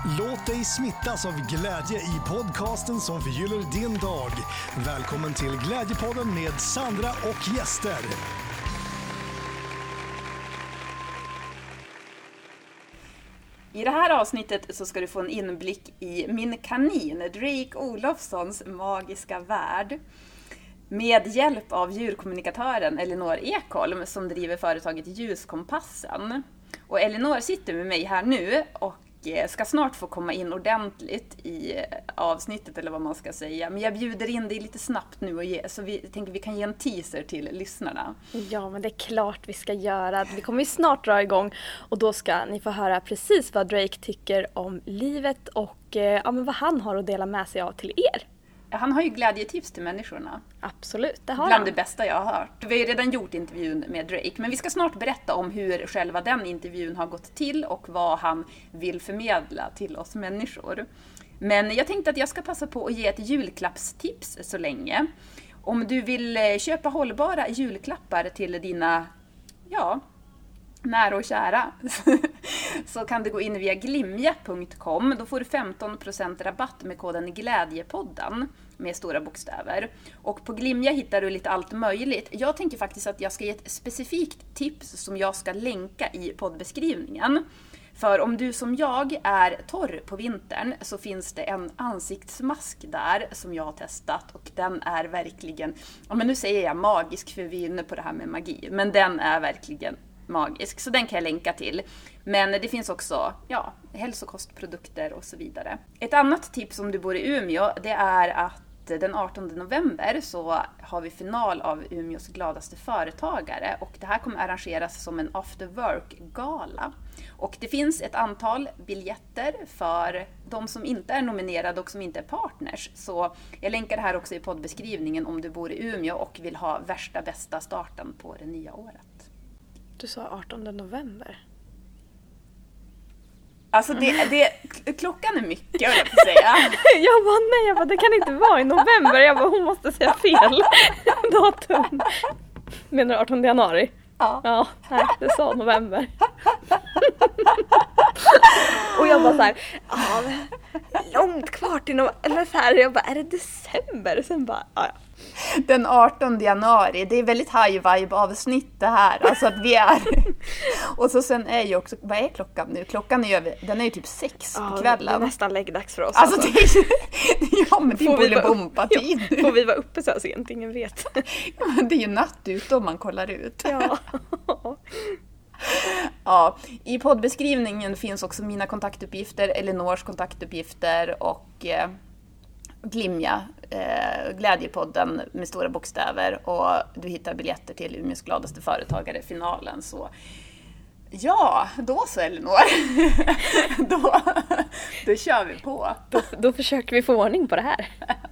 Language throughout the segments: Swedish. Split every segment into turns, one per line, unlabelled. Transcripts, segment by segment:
Låt dig smittas av glädje i podcasten som förgyller din dag. Välkommen till Glädjepodden med Sandra och gäster.
I det här avsnittet så ska du få en inblick i min kanin, Drake Olofssons magiska värld. Med hjälp av djurkommunikatören Elinor Ekholm som driver företaget Ljuskompassen. Och Elinor sitter med mig här nu och ska snart få komma in ordentligt i avsnittet eller vad man ska säga. Men jag bjuder in dig lite snabbt nu så vi tänker vi kan ge en teaser till lyssnarna.
Ja, men det är klart vi ska göra. Vi kommer ju snart dra igång och då ska ni få höra precis vad Drake tycker om livet och men vad han har att dela med sig av till er.
Han har ju glädjetips till människorna.
Absolut, det har
Bland
han.
det bästa jag har hört. Vi har ju redan gjort intervjun med Drake, men vi ska snart berätta om hur själva den intervjun har gått till och vad han vill förmedla till oss människor. Men jag tänkte att jag ska passa på att ge ett julklappstips så länge. Om du vill köpa hållbara julklappar till dina, nära och kära, så kan du gå in via glimja.com. Då får du 15% rabatt med koden Glädjepodden med stora bokstäver. Och på Glimja hittar du lite allt möjligt. Jag tänker faktiskt att jag ska ge ett specifikt tips som jag ska länka i poddbeskrivningen. För om du som jag är torr på vintern så finns det en ansiktsmask där som jag har testat. Och den är verkligen, men nu säger jag magisk för vi är inne på det här med magi. Men den är verkligen magisk, så den kan jag länka till. Men det finns också hälsokostprodukter och så vidare. Ett annat tips om du bor i Umeå, det är att den 18 november så har vi final av Umeås gladaste företagare och det här kommer arrangeras som en after work-gala. Och det finns ett antal biljetter för de som inte är nominerade och som inte är partners. Så jag länkar det här också i poddbeskrivningen om du bor i Umeå och vill ha värsta bästa starten på det nya året.
Du sa 18 november.
Alltså klockan är mycket, jag vill säga.
Jag bara, det kan inte vara i november. Jag bara, hon måste säga fel datum. Menar du 18 januari? Ja, nej, det sa november. Och jag bara så här, långt kvar till november. Eller så här, jag bara, är det december? Sen bara, ja.
Den 18 januari, det är väldigt high vibe avsnitt det här. Alltså att vi är... Och så sen är ju också, vad är klockan nu? Klockan är över, den är ju typ 6 på kvällen.
Det är nästan läggdags för oss.
Alltså. Det är men det är Bolibompa-tid nu.
Får vi vara uppe så här sent? Ingen vet.
Ja, men det är ju natt ute om man kollar ut.
Ja.
Ja, i poddbeskrivningen finns också mina kontaktuppgifter, Elinors kontaktuppgifter och Glimja, Glädjepodden med stora bokstäver och du hittar biljetter till Umeås gladaste företagare finalen. Så ja, då så Elinor. då kör vi på.
Då försöker vi få ordning på det här.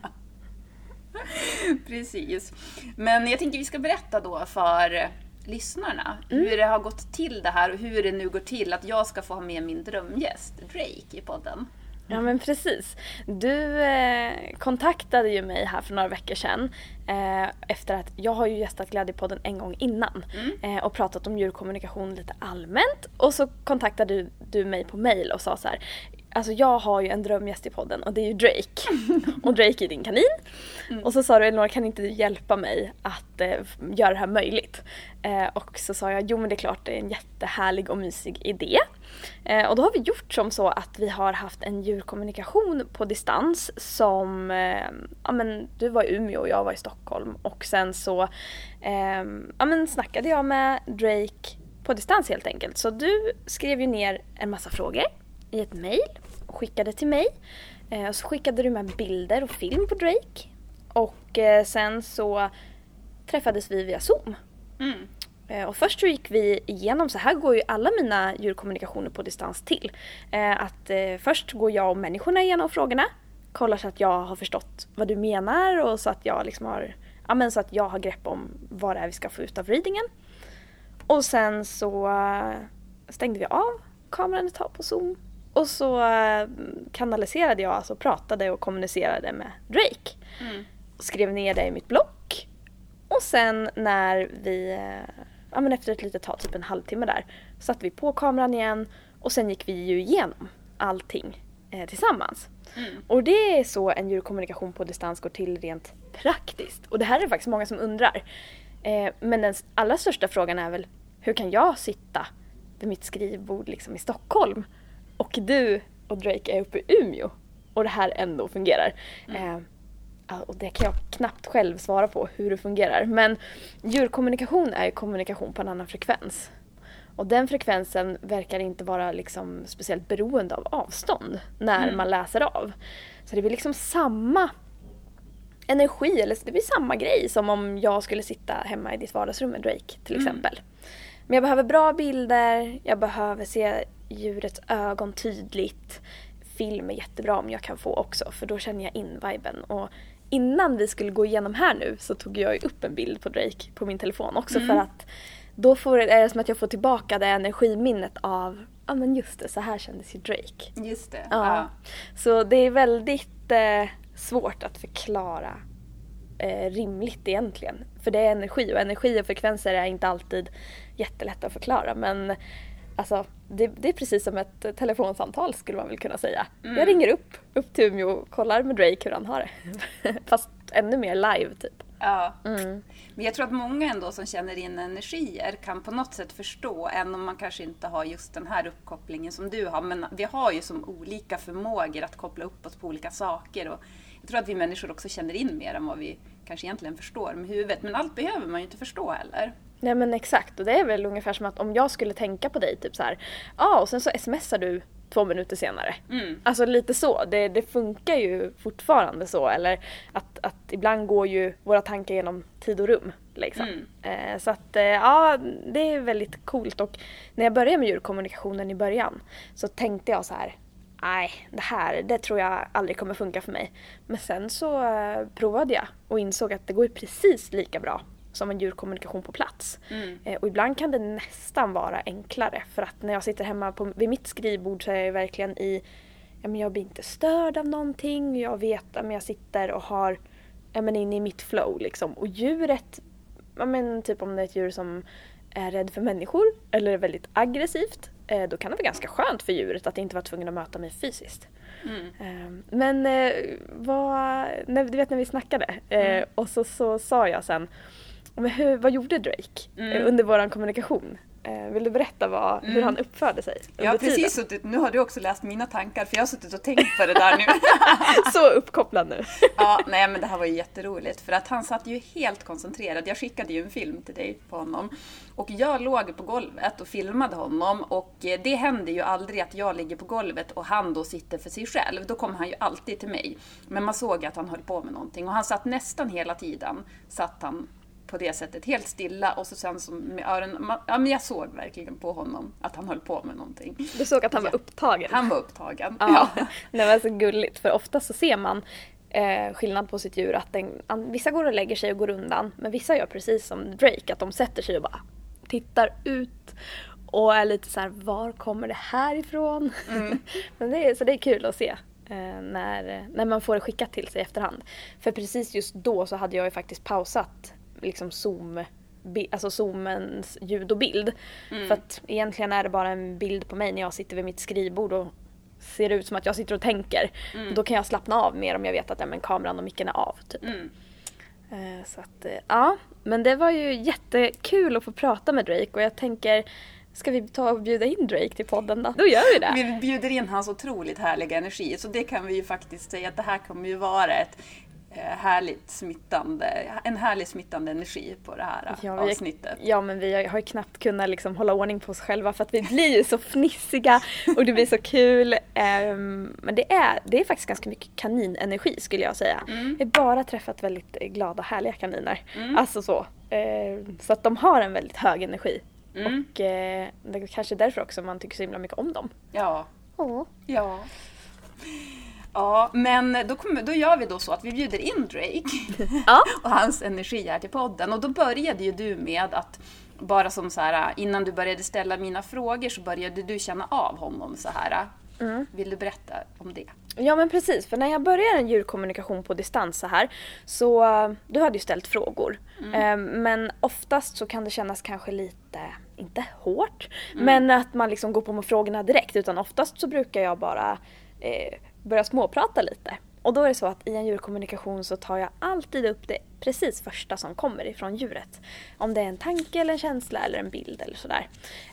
Precis. Men jag tänker vi ska berätta då för lyssnarna hur det har gått till det här och hur det nu går till att jag ska få ha med min drömgäst Drake i podden.
Ja, men precis. Du kontaktade ju mig här för några veckor sedan efter att jag har ju gästat Glädjepodden en gång innan och pratat om djurkommunikation lite allmänt. Och så kontaktade du mig på mail och sa så här, alltså jag har ju en drömgäst i podden och det är ju Drake. Och Drake är din kanin. Och så sa du, Elinor, kan inte du hjälpa mig att göra det här möjligt? Och så sa jag, jo men det är klart, det är en jättehärlig och mysig idé. Och då har vi gjort som så att vi har haft en djurkommunikation på distans som, men du var i Umeå och jag var i Stockholm. Och sen så snackade jag med Drake på distans helt enkelt. Så du skrev ju ner en massa frågor i ett mejl och skickade till mig. Och så skickade du med bilder och film på Drake. Och sen så träffades vi via Zoom. Och först så gick vi igenom, så här går ju alla mina djurkommunikationer på distans till. Först går jag och människorna igenom frågorna. Kollar så att jag har förstått vad du menar och så att jag liksom har, så att jag har grepp om vad det är vi ska få ut av readingen. Och sen så stängde vi av kameran ett tag på Zoom. Och så kanaliserade jag, alltså pratade och kommunicerade med Drake. Och skrev ner det i mitt block. Och sen när vi, efter ett litet tag, typ en halvtimme där, satte vi på kameran igen. Och sen gick vi ju igenom allting tillsammans. Och det är så en djurkommunikation på distans går till rent praktiskt. Och det här är faktiskt många som undrar. Men den allra största frågan är väl, hur kan jag sitta vid mitt skrivbord liksom i Stockholm och du och Drake är uppe i Umeå och det här ändå fungerar? Och det kan jag knappt själv svara på hur det fungerar. Men djurkommunikation är kommunikation på en annan frekvens. Och den frekvensen verkar inte vara liksom speciellt beroende av avstånd när man läser av. Så det blir liksom samma energi, eller det blir samma grej som om jag skulle sitta hemma i ditt vardagsrum med Drake till exempel. Men jag behöver bra bilder, jag behöver se djurets ögon tydligt. Film är jättebra om jag kan få också, för då känner jag in viben. Och innan vi skulle gå igenom här nu så tog jag upp en bild på Drake på min telefon också för att då är det som att jag får tillbaka det energiminnet av, ja men just det, så här kändes ju Drake.
Just det.
Ja. Så det är väldigt svårt att förklara rimligt egentligen. För det är energi, och energi och frekvenser är inte alltid jättelätt att förklara. Men alltså, det är precis som ett telefonsamtal skulle man väl kunna säga. Jag ringer upp till Umeå och kollar med Drake hur han har det. Fast ännu mer live typ.
Ja, men jag tror att många ändå som känner in energier kan på något sätt förstå, än om man kanske inte har just den här uppkopplingen som du har. Men vi har ju som olika förmågor att koppla upp oss på olika saker, och jag tror att vi människor också känner in mer än vad vi kanske egentligen förstår med huvudet. Men allt behöver man ju inte förstå heller.
Nej men exakt, och det är väl ungefär som att om jag skulle tänka på dig typ så här, och sen så smsar du 2 minuter senare. Alltså lite så, det funkar ju fortfarande så, eller att ibland går ju våra tankar genom tid och rum liksom. Så att ja, det är väldigt coolt. Och när jag började med djurkommunikationen i början så tänkte jag så här, nej, det tror jag aldrig kommer funka för mig. Men sen så provade jag och insåg att det går ju precis lika bra som en djurkommunikation på plats. Och ibland kan det nästan vara enklare. För att när jag sitter hemma vid mitt skrivbord så är jag verkligen jag blir inte störd av någonting. Jag vet att jag sitter och har inne i mitt flow liksom. Och djuret, typ om det är ett djur som är rädd för människor eller är väldigt aggressivt, då kan det vara ganska skönt för djuret att inte vara tvungen att möta mig fysiskt. Men du vet när vi snackade och så sa jag sen, men vad gjorde Drake under vår kommunikation? Vill du berätta hur han uppförde sig under
Ja, precis.
tiden?
Nu har du också läst mina tankar, för jag har suttit och tänkt på det där nu.
Så uppkopplad nu.
Ja, nej men det här var ju jätteroligt, för att han satt ju helt koncentrerad. Jag skickade ju en film till dig på honom. Och jag låg på golvet och filmade honom, och det händer ju aldrig att jag ligger på golvet och han då sitter för sig själv. Då kommer han ju alltid till mig. Men man såg att han höll på med någonting, och han satt nästan hela tiden, satt han på det sättet, helt stilla, och så sen som med öronen, men jag såg verkligen på honom att han höll på med någonting.
Du såg att han var upptagen?
Han var upptagen,
ja. Det var så gulligt, för ofta så ser man skillnad på sitt djur, att vissa går och lägger sig och går undan, men vissa gör precis som Drake, att de sätter sig och bara tittar ut och är lite så här, var kommer det här ifrån? Men det är kul att se när man får det skickat till sig efterhand. För precis just då så hade jag ju faktiskt pausat liksom zoomens ljud och bild. För att egentligen är det bara en bild på mig när jag sitter vid mitt skrivbord och ser ut som att jag sitter och tänker. Då kan jag slappna av mer om jag vet att kameran och micken är av typ. Så att ja, men det var ju jättekul att få prata med Drake, och jag tänker, ska vi ta och bjuda in Drake till podden då? Då gör vi det.
Vi bjuder in hans otroligt härliga energi, så det kan vi ju faktiskt säga att det här kommer ju vara en härlig smittande energi på det här avsnittet.
Ja, men vi har ju knappt kunnat liksom hålla ordning på oss själva, för att vi blir ju så fnissiga och det blir så kul. Men det är faktiskt ganska mycket kaninenergi skulle jag säga. Jag har bara träffat väldigt glada, härliga kaniner. Alltså så. Så att de har en väldigt hög energi. Och det är kanske därför också man tycker så himla mycket om dem.
Ja. Ja. Ja, men då gör vi då så att vi bjuder in Drake och hans energi här till podden. Och då började ju du med att, bara som så här, innan du började ställa mina frågor så började du känna av honom så här. Vill du berätta om det?
Ja, men precis, för när jag började en djurkommunikation på distans så här, så du hade ju ställt frågor. Men oftast så kan det kännas kanske lite, inte hårt, men att man liksom går på med frågorna direkt, utan oftast så brukar jag bara börja småprata lite. Och då är det så att i en djurkommunikation så tar jag alltid upp det precis första som kommer ifrån djuret. Om det är en tanke eller en känsla eller en bild eller sådär.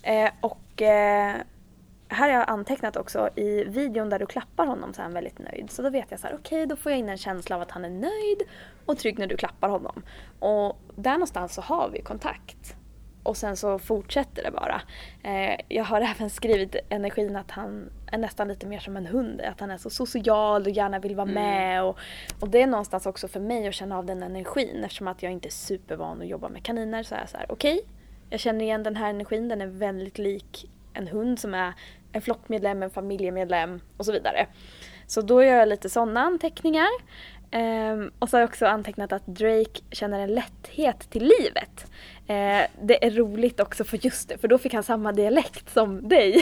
Här har jag antecknat också i videon där du klappar honom så är han väldigt nöjd. Så då vet jag så här, okej, då får jag in en känsla av att han är nöjd och trygg när du klappar honom. Och där någonstans så har vi kontakt. Och sen så fortsätter det bara. Jag har även skrivit energin att han är nästan lite mer som en hund. Att han är så social och gärna vill vara med. Och det är någonstans också för mig att känna av den energin. Eftersom att jag inte är supervan att jobba med kaniner så är jag så här, okej, jag känner igen den här energin. Den är väldigt lik en hund som är en flockmedlem, en familjemedlem och så vidare. Så då gör jag lite sådana anteckningar. Och så har jag också antecknat att Drake känner en lätthet till livet. Det är roligt också för då fick han samma dialekt som dig.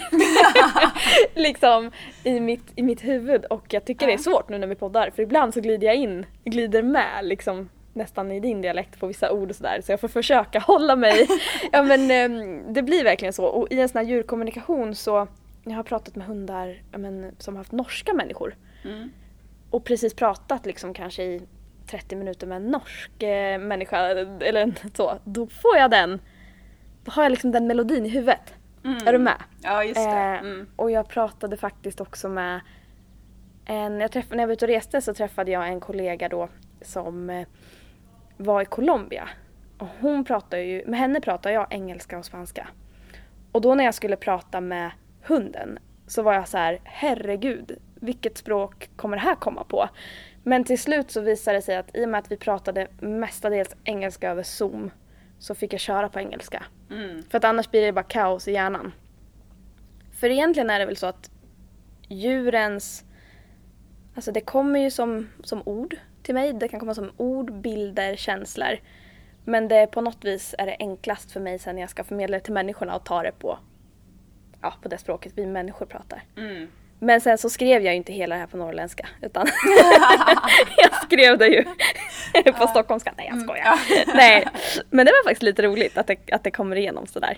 liksom i mitt huvud. Och jag tycker det är svårt nu när vi poddar. För ibland så glider med liksom nästan i din dialekt på vissa ord och sådär. Så jag får försöka hålla mig. Ja men det blir verkligen så. Och i en sån här djurkommunikation så jag har pratat med hundar som har haft norska människor. Och precis pratat liksom kanske i 30 minuter med en norsk människa eller så. Då får jag då har jag liksom den melodin i huvudet. Är du med?
Ja, just det.
Och jag pratade faktiskt också med när jag var ute och reste så träffade jag en kollega då som var i Colombia. Och med henne pratar jag engelska och spanska. Och då när jag skulle prata med hunden så var jag så här, herregud, vilket språk kommer det här komma på? Men till slut så visade det sig att i och med att vi pratade mestadels engelska över Zoom så fick jag köra på engelska. För att annars blir det bara kaos i hjärnan. För egentligen är det väl så att djurens, alltså det kommer ju som ord till mig. Det kan komma som ord, bilder, känslor. Men på något vis är det enklast för mig sen jag ska förmedla det till människorna och ta det på det språket vi människor pratar. Men sen så skrev jag ju inte hela det här på norrländska. Utan jag skrev det ju på stockholmska. Nej, jag skojar. Nej, men det var faktiskt lite roligt att det kommer igenom sådär.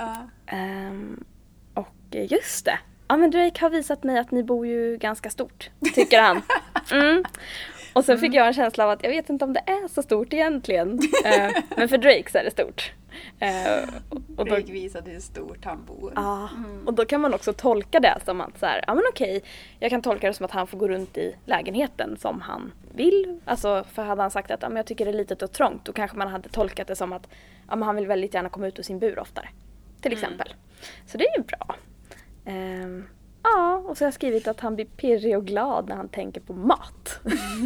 Och just det. Ja, men Drake har visat mig att ni bor ju ganska stort, tycker han. Och sen fick jag en känsla av att jag vet inte om det är så stort egentligen. Men för Drake så är det stort.
Och Drake visade hur stort han bor.
Och då kan man också tolka det som att så här, ja men okej, jag kan tolka det som att han får gå runt i lägenheten som han vill. Alltså, för hade han sagt att jag tycker det är litet och trångt, då kanske man hade tolkat det som att men han vill väldigt gärna komma ut ur sin bur oftare. Till exempel. Så det är ju bra. Och så har jag skrivit att han blir pirrig och glad när han tänker på mat.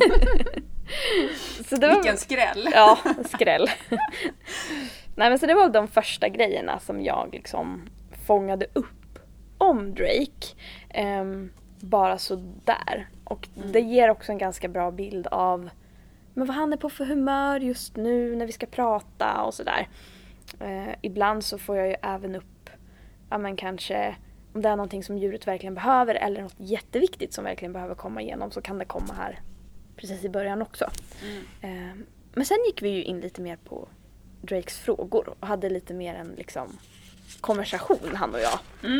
Så det
Vilken skräll.
Ja, skräll. Nej, men så det var de första grejerna som jag liksom fångade upp om Drake. Bara så där. Och det ger också en ganska bra bild av vad han är på för humör just nu när vi ska prata och sådär. Ibland så får jag ju även upp kanske om det är någonting som djuret verkligen behöver eller något jätteviktigt som verkligen behöver komma igenom, så kan det komma här precis i början också. Men sen gick vi ju in lite mer på Drakes frågor och hade lite mer en liksom konversation, han och jag.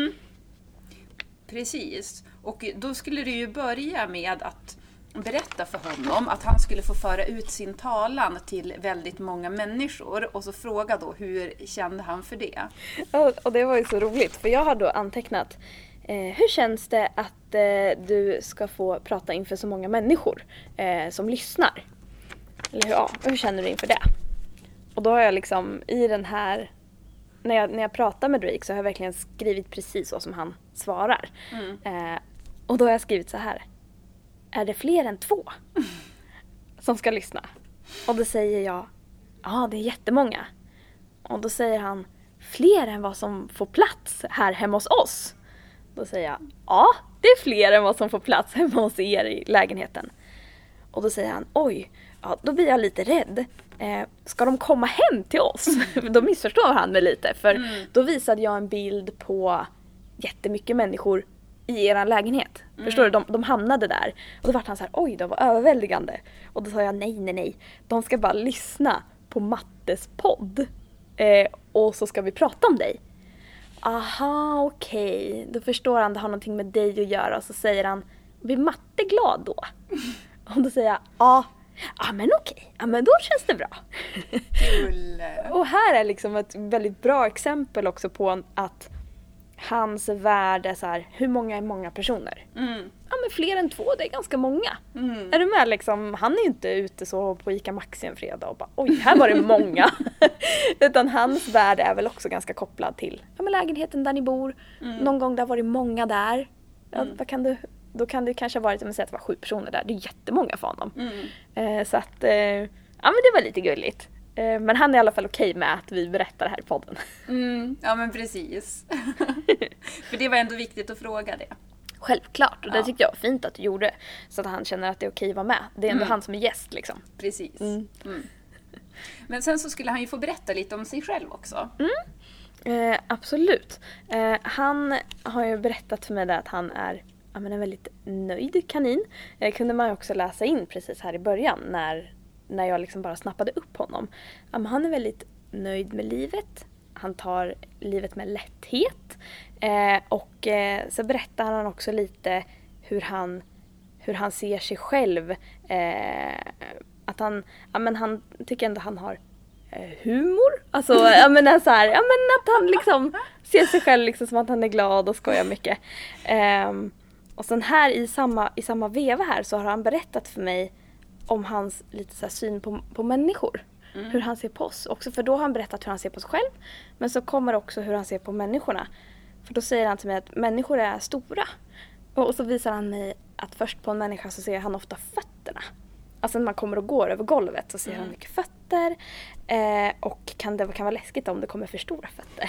Precis. Och då skulle du ju börja med att berätta för honom att han skulle få föra ut sin talan till väldigt många människor, och så fråga då hur kände han för det?
Och det var ju så roligt, för jag har då antecknat hur känns det att du ska få prata inför så många människor som lyssnar? Eller hur känner du inför det? Och då har jag liksom i den här, när jag pratar med Drake så har jag verkligen skrivit precis så som han svarar. Och då har jag skrivit så här: är det fler än 2 som ska lyssna? Och då säger jag, det är jättemånga. Och då säger han, fler än vad som får plats här hemma hos oss? Då säger jag, det är fler än vad som får plats hemma hos er i lägenheten. Och då säger han, oj, då blir jag lite rädd. Ska de komma hem till oss? Då missförstår han mig lite. För då visade jag en bild på jättemycket människor i er lägenhet. Förstår du? De hamnade där. Och då var han så här, oj, det var överväldigande. Och då sa jag, nej. De ska bara lyssna på Mattes podd. Och så ska vi prata om dig. Aha, okej. Då förstår han, det har någonting med dig att göra. Och så säger han, blir Matte glad då? Och då säger jag, ja men okej, ja men då känns det bra.
Kul.
Och här är liksom ett väldigt bra exempel också på att hans värld är så här, hur många är många personer? Ja men fler än 2, det är ganska många. Är du med liksom, han är ju inte ute så på ICA Maxi en fredag och bara, oj här var det många. Utan hans värld är väl också ganska kopplad till lägenheten där ni bor. Någon gång där var det många där. Ja, då kan det kanske ha varit, att det var 7 personer där. Det är jättemånga för honom. Så att, men det var lite gulligt. Men han är i alla fall okej med att vi berättar det här i podden.
Ja men precis. För det var ändå viktigt att fråga det.
Självklart, och det tyckte jag var fint att du gjorde. Så att han känner att det är okej att vara med. Det är ändå han som är gäst liksom.
Precis. Men sen så skulle han ju få berätta lite om sig själv också.
Absolut. Han har ju berättat för mig att han är en väldigt nöjd kanin. Kunde man ju också läsa in precis här i början när jag liksom bara snappade upp honom. Han är väldigt nöjd med livet. Han tar livet med lätthet. Och så berättar han också lite hur han ser sig själv. Att han tycker ändå han har humor. Alltså, att han liksom ser sig själv liksom som att han är glad och skojar mycket. Och sen här i samma veva här så har han berättat för mig om hans lite så här syn på människor. Hur han ser på oss. Också för då har han berättat hur han ser på sig själv. Men så kommer också hur han ser på människorna. För då säger han till mig att människor är stora. Och så visar han mig att först på en människa så ser han ofta fötterna. Alltså när man kommer och går över golvet så ser han mycket fötter. Och det kan vara läskigt om det kommer för stora fötter.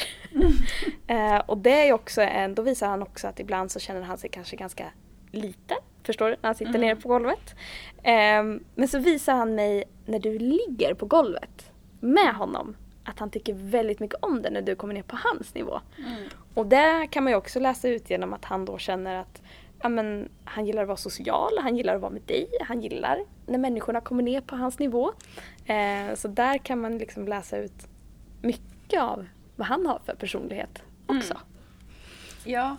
Och det är också då visar han också att ibland så känner han sig kanske ganska liten. Förstår du? När han sitter nere på golvet. Men så visar han mig när du ligger på golvet med honom. Att han tycker väldigt mycket om det när du kommer ner på hans nivå. Och det kan man ju också läsa ut genom att han då känner att han gillar att vara social, han gillar att vara med dig, han gillar när människorna kommer ner på hans nivå. Så där kan man liksom läsa ut mycket av vad han har för personlighet också.
Ja.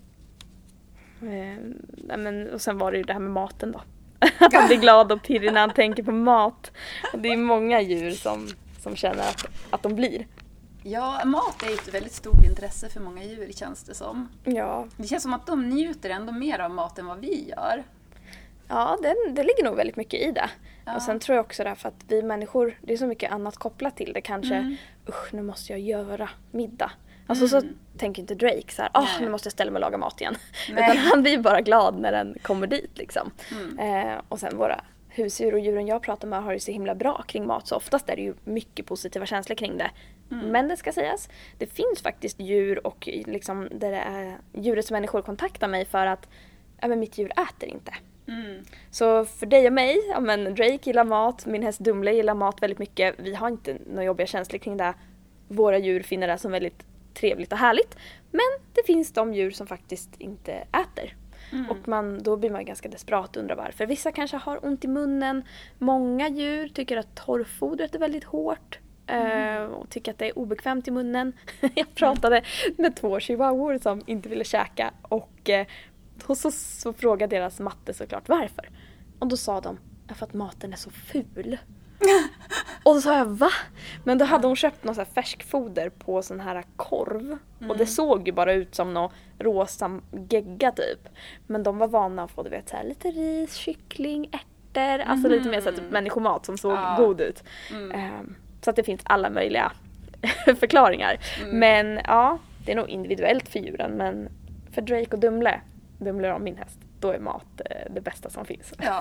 Och sen var det ju det här med maten då. Han blir glad och pirrig när han tänker på mat. Och det är många djur som känner att de blir.
Ja, mat är ett väldigt stort intresse för många djur, känns det som.
Ja.
Det känns som att de njuter ändå mer av mat än vad vi gör.
Ja, det ligger nog väldigt mycket i det. Ja. Och sen tror jag också därför att vi människor, det är så mycket annat kopplat till det. Kanske, nu måste jag göra middag. Alltså så tänker inte Drake så här, nu måste jag ställa mig och laga mat igen. Utan han blir bara glad när den kommer dit liksom. Och sen våra husdjur och djuren jag pratar med har ju så himla bra kring mat. Så oftast är det ju mycket positiva känslor kring det. Men det ska sägas, det finns faktiskt djur och liksom där det är djurets människor kontaktar mig för att mitt djur äter inte. Så för dig och mig, Drake gillar mat, min häst Dumle gillar mat väldigt mycket. Vi har inte några jobbiga känslor kring det. Våra djur finner det som väldigt trevligt och härligt. Men det finns de djur som faktiskt inte äter. Och då blir man ganska desperat och undrar varför. Vissa kanske har ont i munnen. Många djur tycker att torrfodret är väldigt hårt. Och tycker att det är obekvämt i munnen. Jag pratade med 2 chihuahuor som inte ville käka. Och så frågade deras matte såklart varför. Och då sa de, för att maten är så ful. Och då sa jag, va? Men då hade hon köpt någon så här färskfoder på sån här korv. Och det såg ju bara ut som någon rosa gegga typ. Men de var vana att få så här, lite ris, kyckling, ärtor. Alltså lite mer så här, typ människomat som såg god ut. Så att det finns alla möjliga förklaringar. Men ja, det är nog individuellt för djuren. Men för Drake och Dumle och min häst, då är mat det bästa som finns. Ja.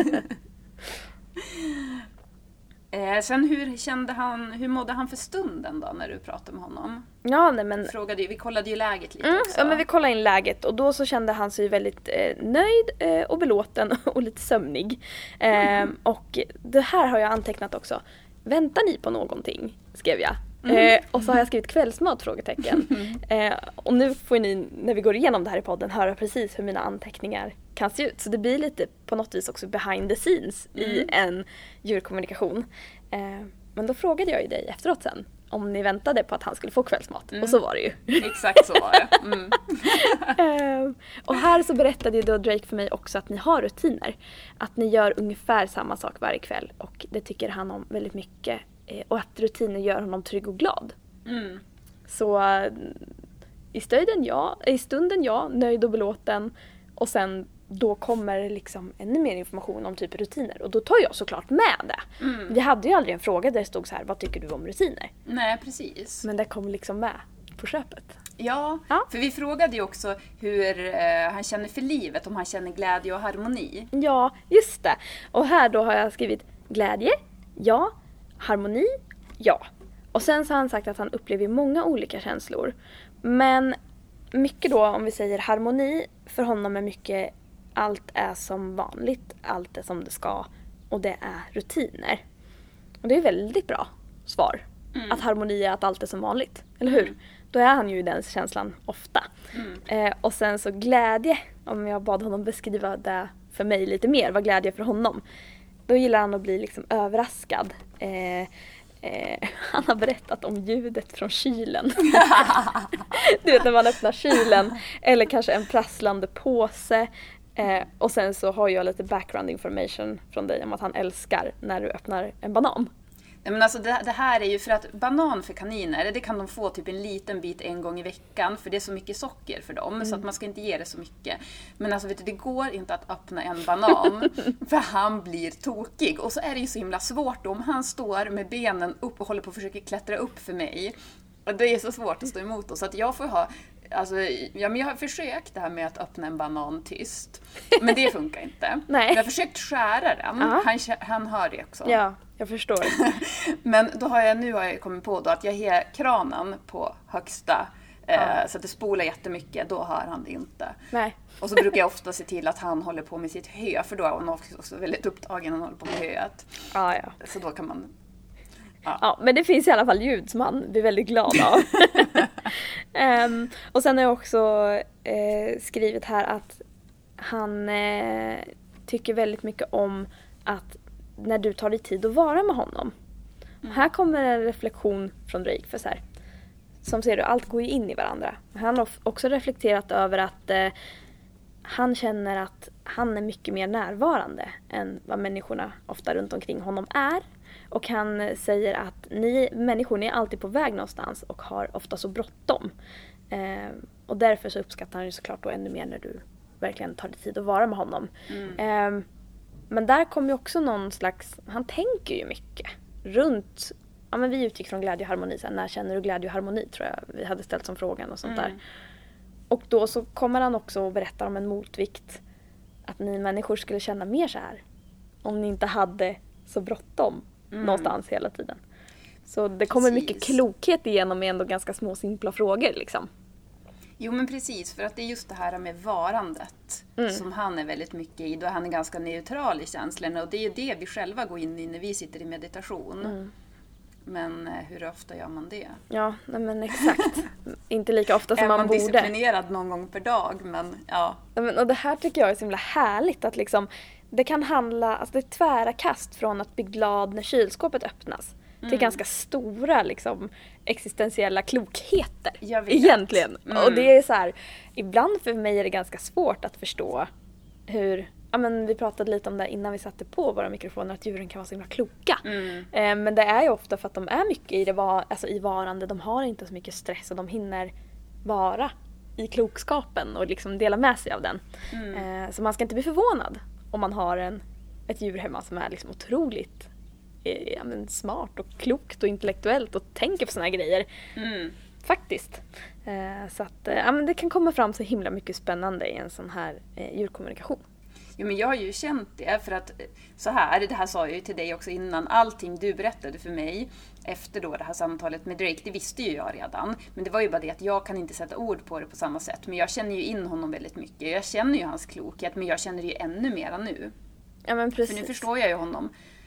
Sen hur mådde han för stunden då när du pratade med honom?
Ja,
vi kollade ju läget lite också.
Ja, men vi kollade in läget och då så kände han sig väldigt nöjd och belåten och lite sömnig. Och det här har jag antecknat också. Väntar ni på någonting? Skrev jag. Och så har jag skrivit kvällsmat? Frågetecken. Och nu får ni, när vi går igenom det här i podden, höra precis hur mina anteckningar kan se ut. Så det blir lite på något vis också behind the scenes i en djurkommunikation. Men då frågade jag ju dig efteråt sen om ni väntade på att han skulle få kvällsmat. Och så var det ju.
Exakt så var det.
Och här så berättade ju då Drake för mig också att ni har rutiner. Att ni gör ungefär samma sak varje kväll. Och det tycker han om väldigt mycket. Och att rutiner gör honom trygg och glad. Så i stunden ja, nöjd och belåten. Och sen då kommer liksom ännu mer information om typ rutiner. Och då tar jag såklart med det. Vi hade ju aldrig en fråga där det stod så här, vad tycker du om rutiner?
Nej, precis.
Men det kom liksom med på köpet.
Ja, för vi frågade ju också hur han känner för livet, om han känner glädje och harmoni.
Ja, just det. Och här då har jag skrivit glädje, ja, harmoni, ja. Och sen så har han sagt att han upplever många olika känslor. Men mycket då, om vi säger harmoni, för honom är mycket allt är som vanligt, allt är som det ska och det är rutiner. Och det är väldigt bra svar. Att harmoni är att allt är som vanligt, eller hur? Då är han ju i den känslan ofta. Och sen så glädje, om jag bad honom beskriva det för mig lite mer, vad glädje är för honom. Då gillar han att bli liksom överraskad. Han har berättat om ljudet från kylen. Du vet när man öppnar kylen. Eller kanske en prasslande påse. Och sen så har jag lite background information från dig om att han älskar när du öppnar en banan.
Men alltså det här är ju för att banan för kaniner, det kan de få typ en liten bit en gång i veckan, för det är så mycket socker för dem, så att man ska inte ge det så mycket. Men alltså vet du, det går inte att öppna en banan för han blir tokig. Och så är det ju så himla svårt då, om han står med benen upp och håller på att försöka klättra upp för mig. Och det är så svårt att stå emot oss, så att jag får ha... Alltså, men jag har försökt det här med att öppna en banan tyst. Men det funkar inte.
Nej.
Jag har försökt skära den. Han hör det också.
Ja, jag förstår.
Men då har jag kommit på då att jag har kranen på högsta. Så att det spolar jättemycket. Då hör han det inte.
Nej.
Och så brukar jag ofta se till att han håller på med sitt hö. För då är han också väldigt upptagen när han håller på med höet.
Ja.
Så då kan man...
Ja, men det finns i alla fall ljud som han blir väldigt glad av. Och sen har jag också skrivit här att han tycker väldigt mycket om att när du tar dig tid att vara med honom. Här kommer en reflektion från Drake för så här. Som ser du, allt går ju in i varandra. Han har också reflekterat över att han känner att han är mycket mer närvarande än vad människorna ofta runt omkring honom är. Och han säger att ni är alltid på väg någonstans och har ofta så bråttom. Och därför så uppskattar han ju såklart då ännu mer när du verkligen tar dig tid att vara med honom. Men där kommer ju också någon slags, han tänker ju mycket runt, ja men vi utgick från glädje och harmoni, så här, när känner du glädje och harmoni tror jag vi hade ställt som frågan och sånt där. Och då så kommer han också och berättar om en motvikt, att ni människor skulle känna mer så här om ni inte hade så bråttom någonstans hela tiden. Så det kommer mycket klokhet igenom med ändå ganska små simpla frågor liksom.
Jo men precis, för att det är just det här med varandet som han är väldigt mycket i. Då han är ganska neutral i känslorna, och det är det vi själva går in i när vi sitter i meditation. Men hur ofta gör man det?
Ja, men exakt. Inte lika ofta som man borde.
Är man disciplinerad någon gång per dag, men ja.
Och det här tycker jag är så himla härligt, att liksom, det kan handla, alltså det är tvära kast från att bli glad när kylskåpet öppnas till ganska stora liksom existentiella klokheter egentligen. Och det är så här, ibland för mig är det ganska svårt att förstå hur, ja men vi pratade lite om det innan vi satte på våra mikrofoner, att djuren kan vara så himla kloka. Men det är ju ofta för att de är mycket i varande, de har inte så mycket stress och de hinner vara i klokskapen och liksom dela med sig av den. Så man ska inte bli förvånad om man har ett djur hemma som är liksom otroligt smart och klokt och intellektuellt och tänker på såna här grejer. Faktiskt. Så att det kan komma fram så himla mycket spännande i en sån här djurkommunikation.
Jo, men jag har ju känt det, för att det här sa jag ju till dig också innan, allting du berättade för mig efter då det här samtalet med Drake, det visste ju jag redan. Men det var ju bara det att jag kan inte sätta ord på det på samma sätt. Men jag känner ju in honom väldigt mycket. Jag känner ju hans klokhet, men jag känner det ju ännu mera nu.
Ja, men precis.
För nu förstår jag ju honom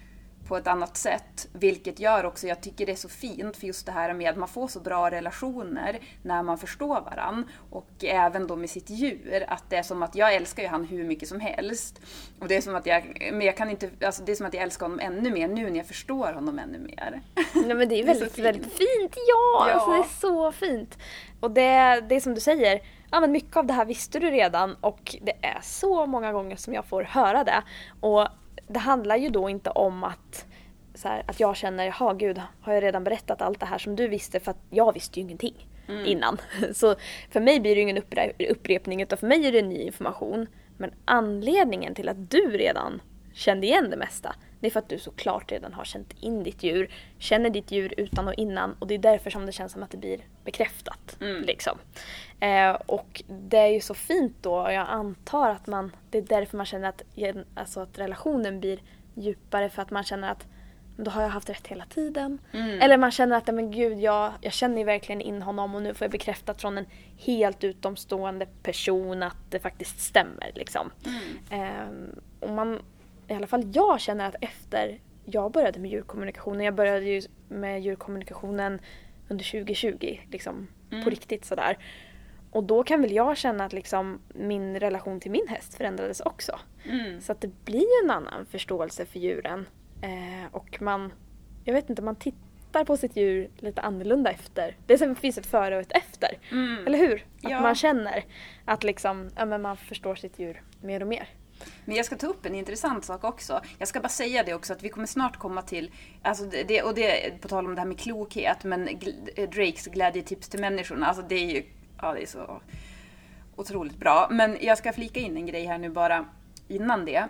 på ett annat sätt, vilket gör också, jag tycker det är så fint för just det här med att man får så bra relationer när man förstår varann, och även då med sitt djur, att det är som att jag älskar ju han hur mycket som helst, och det är som att jag kan inte, alltså det är som att jag älskar honom ännu mer nu när jag förstår honom ännu mer.
Nej, men det är väldigt, väldigt fint, ja. Alltså, det är så fint. Och det är som du säger, ja, men mycket av det här visste du redan, och det är så många gånger som jag får höra det. Och det handlar ju då inte om att, så här, att jag känner, jaha gud, har jag redan berättat allt det här som du visste, för att jag visste ju ingenting innan. Så för mig blir det ingen upprepning, utan för mig är det ny information. Men anledningen till att du redan kände igen det mesta, det är för att du såklart redan har känt in ditt djur, känner ditt djur utan och innan, och det är därför som det känns som att det blir bekräftat. Liksom. Och det är ju så fint då, och jag antar att det är därför man känner att relationen blir djupare, för att man känner att då har jag haft rätt hela tiden. Eller man känner att men gud, jag känner ju verkligen in honom, och nu får jag bekräftat från en helt utomstående person att det faktiskt stämmer. Liksom. Och i alla fall jag känner att efter jag började med djurkommunikationen, jag började ju med djurkommunikationen under 2020, liksom, på riktigt sådär. Och då kan väl jag känna att liksom, min relation till min häst förändrades också. Så att det blir ju en annan förståelse för djuren. Och man tittar på sitt djur lite annorlunda efter. Det finns ett före och ett efter. Eller hur? Att man känner att liksom, man förstår sitt djur mer och mer.
Men jag ska ta upp en intressant sak också. Jag ska bara säga det också, att vi kommer snart komma till, alltså det på tal om det här med klokhet, men Drakes glädjetips till människorna, alltså det är ju, det är så otroligt bra. Men jag ska flika in en grej här nu bara innan det.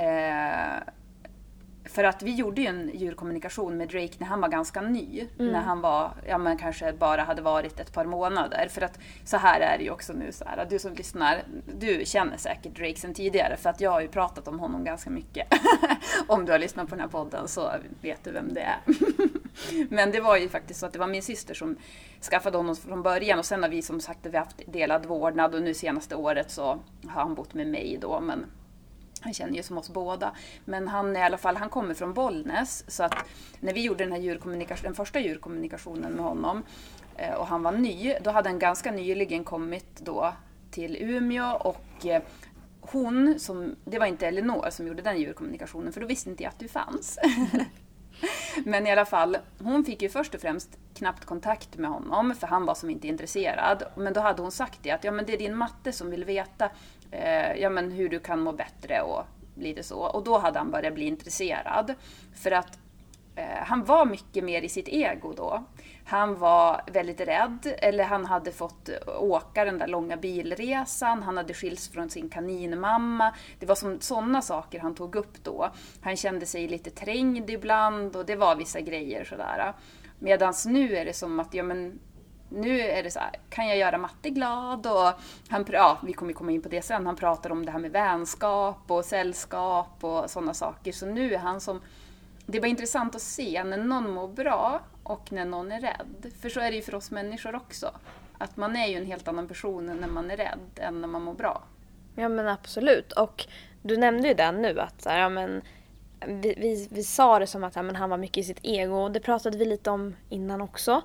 För att vi gjorde ju en djurkommunikation med Drake när han var ganska ny. När han var, kanske bara hade varit ett par månader. För att så här är det ju också nu. Så här, du som lyssnar, du känner säkert Drake sedan tidigare. För att jag har ju pratat om honom ganska mycket. Om du har lyssnat på den här podden så vet du vem det är. Men det var ju faktiskt så att det var min syster som skaffade honom från början. Och sen har vi som sagt haft delad vårdnad. Och nu senaste året så har han bott med mig då. Men han känner ju som oss båda. Men han kommer från Bollnäs. Så att när vi gjorde den första djurkommunikationen med honom och han var ny, då hade han ganska nyligen kommit då till Umeå, och det var inte Elinor som gjorde den djurkommunikationen, för då visste inte jag att du fanns. Men i alla fall, hon fick ju först och främst knappt kontakt med honom, för han var som inte intresserad. Men då hade hon sagt det, att det är din matte som vill veta hur du kan må bättre och lite så. Och då hade han börjat bli intresserad, för att han var mycket mer i sitt ego då. Han var väldigt rädd, eller han hade fått åka den där långa bilresan, han hade skilts från sin kaninmamma. Det var som sådana saker han tog upp då. Han kände sig lite trängd ibland, och det var vissa grejer sådär. Medans nu är det som att, nu är det så här, kan jag göra Matte glad? Och vi kommer komma in på det sen. Han pratar om det här med vänskap och sällskap och sådana saker. Så nu är han som, det var intressant att se när någon mår bra och när någon är rädd. För så är det ju för oss människor också. Att man är ju en helt annan person när man är rädd än när man mår bra. Ja, men absolut. Och du nämnde ju den nu att så här, vi sa det som att han var mycket i sitt ego, och det pratade vi lite om innan också.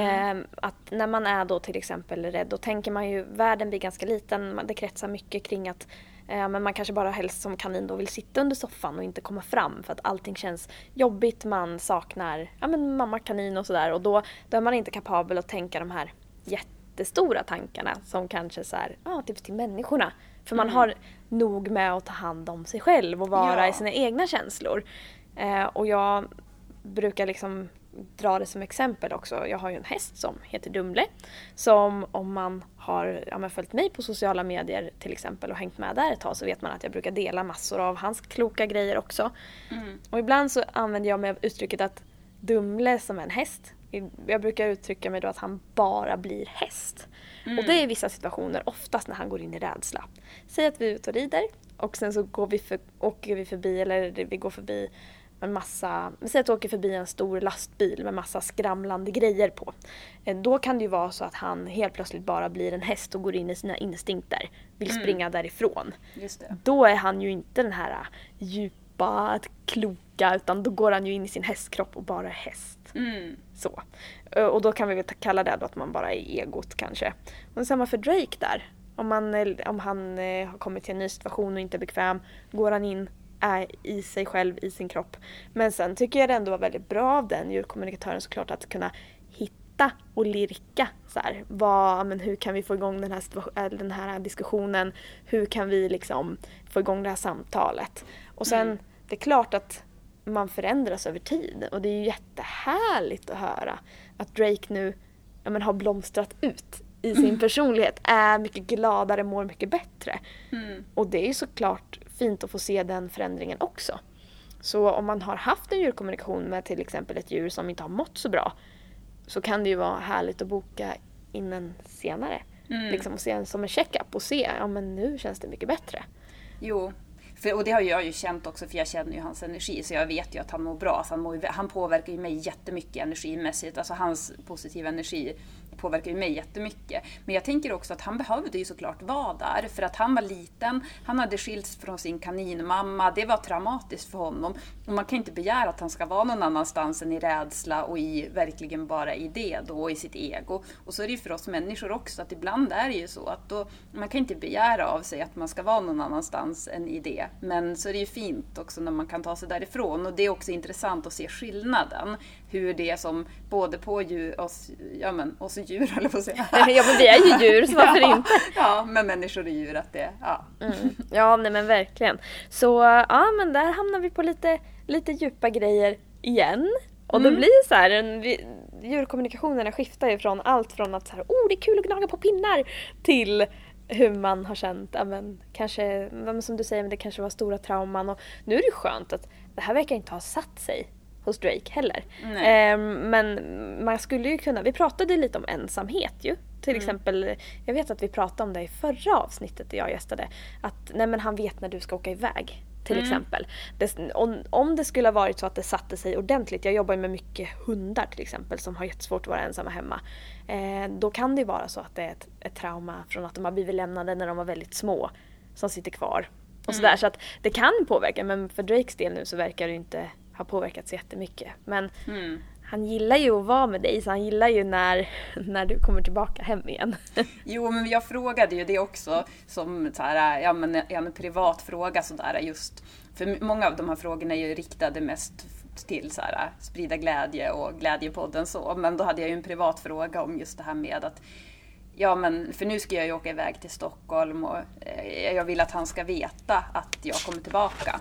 Att när man är då till exempel rädd, då tänker man ju, världen blir ganska liten, det kretsar mycket kring att men man kanske bara helst som kanin då vill sitta under soffan och inte komma fram, för att allting känns jobbigt, man saknar mamma kanin och sådär, och då är man inte kapabel att tänka de här jättestora tankarna som kanske så här, typ till människorna. För man har nog med att ta hand om sig själv och vara i sina egna känslor. Och jag brukar liksom dra det som exempel också. Jag har ju en häst som heter Dumle. Som om man har följt mig på sociala medier till exempel och hängt med där ett tag, så vet man att jag brukar dela massor av hans kloka grejer också. Och ibland så använder jag mig av uttrycket att Dumle som en häst. Jag brukar uttrycka mig då att han bara blir häst. Och det är i vissa situationer, oftast när han går in i rädsla. Säg att vi är ute och rider och sen så åker vi förbi, eller vi går förbi en massa, säg att vi åker förbi en stor lastbil med massa skramlande grejer på. Då kan det ju vara så att han helt plötsligt bara blir en häst och går in i sina instinkter, vill springa därifrån. Just det.
Då är han ju inte den här djupa hoppa, att kloka, utan då går han ju in i sin hästkropp och bara är häst. Så. Och då kan vi väl kalla det då att man bara är egot kanske. Och samma för Drake där. Om han har kommit till en ny situation och inte är bekväm, går han in, är i sig själv, i sin kropp. Men sen tycker jag det ändå var väldigt bra av den djurkommunikatören såklart att kunna hitta och lirka så här, hur kan vi få igång den här diskussionen, hur kan vi liksom få igång det här samtalet. Och sen det är klart att man förändras över tid och det är ju jättehärligt att höra att Drake nu har blomstrat ut i sin personlighet, är mycket gladare, mår mycket bättre. Och det är ju såklart fint att få se den förändringen också. Så om man har haft en djurkommunikation med till exempel ett djur som inte har mått så bra, så kan det ju vara härligt att boka in en senare. Liksom och se en som en check-up och se, men nu känns det mycket bättre.
Jo, och det har jag ju känt också, för jag känner ju hans energi, så jag vet ju att han mår bra. Så han påverkar ju mig jättemycket energimässigt. Alltså hans positiva energi påverkar ju mig jättemycket. Men jag tänker också att han behövde ju såklart vara där. För att han var liten, han hade skilts från sin kaninmamma. Det var traumatiskt för honom. Och man kan inte begära att han ska vara någon annanstans än i rädsla och verkligen bara i det då, i sitt ego. Och så är det ju för oss människor också, att ibland är det ju så att man kan inte begära av sig att man ska vara någon annanstans än i det. Men så är det ju fint också när man kan ta sig därifrån. Och det är också intressant att se skillnaden. Hur det är som både på oss djur, eller på att säga.
Ja, men vi är ju djur, så varför inte?
Ja, men människor och djur, att det, ja.
Ja, nej men verkligen. Så, men där hamnar vi på lite djupa grejer igen. Och det blir så här, djurkommunikationerna skiftar ju från allt från att så här, det är kul att gnaga på pinnar, till hur man har känt, kanske, som du säger, men det kanske var stora trauman. Och nu är det skönt att det här verkar inte ha satt sig hos Drake heller. Men man skulle ju kunna, vi pratade lite om ensamhet ju. Till exempel, jag vet att vi pratade om det i förra avsnittet där jag gästade. Att han vet när du ska åka iväg. Till exempel. Om det skulle ha varit så att det satte sig ordentligt. Jag jobbar med mycket hundar till exempel som har jättesvårt att vara ensamma hemma. Då kan det ju vara så att det är ett trauma från att de har blivit lämnade när de var väldigt små. Som sitter kvar. Och sådär. Så att det kan påverka. Men för Drakes del nu så verkar det inte ha påverkat så jättemycket. Men han gillar ju att vara med dig, så han gillar ju när du kommer tillbaka hem igen.
Jo, men jag frågade ju det också som så här, en privat fråga sådär, just för många av de här frågorna är ju riktade mest till så här, sprida glädje och Glädjepodden så, men då hade jag ju en privat fråga om just det här med att för nu ska jag ju åka iväg till Stockholm och jag vill att han ska veta att jag kommer tillbaka.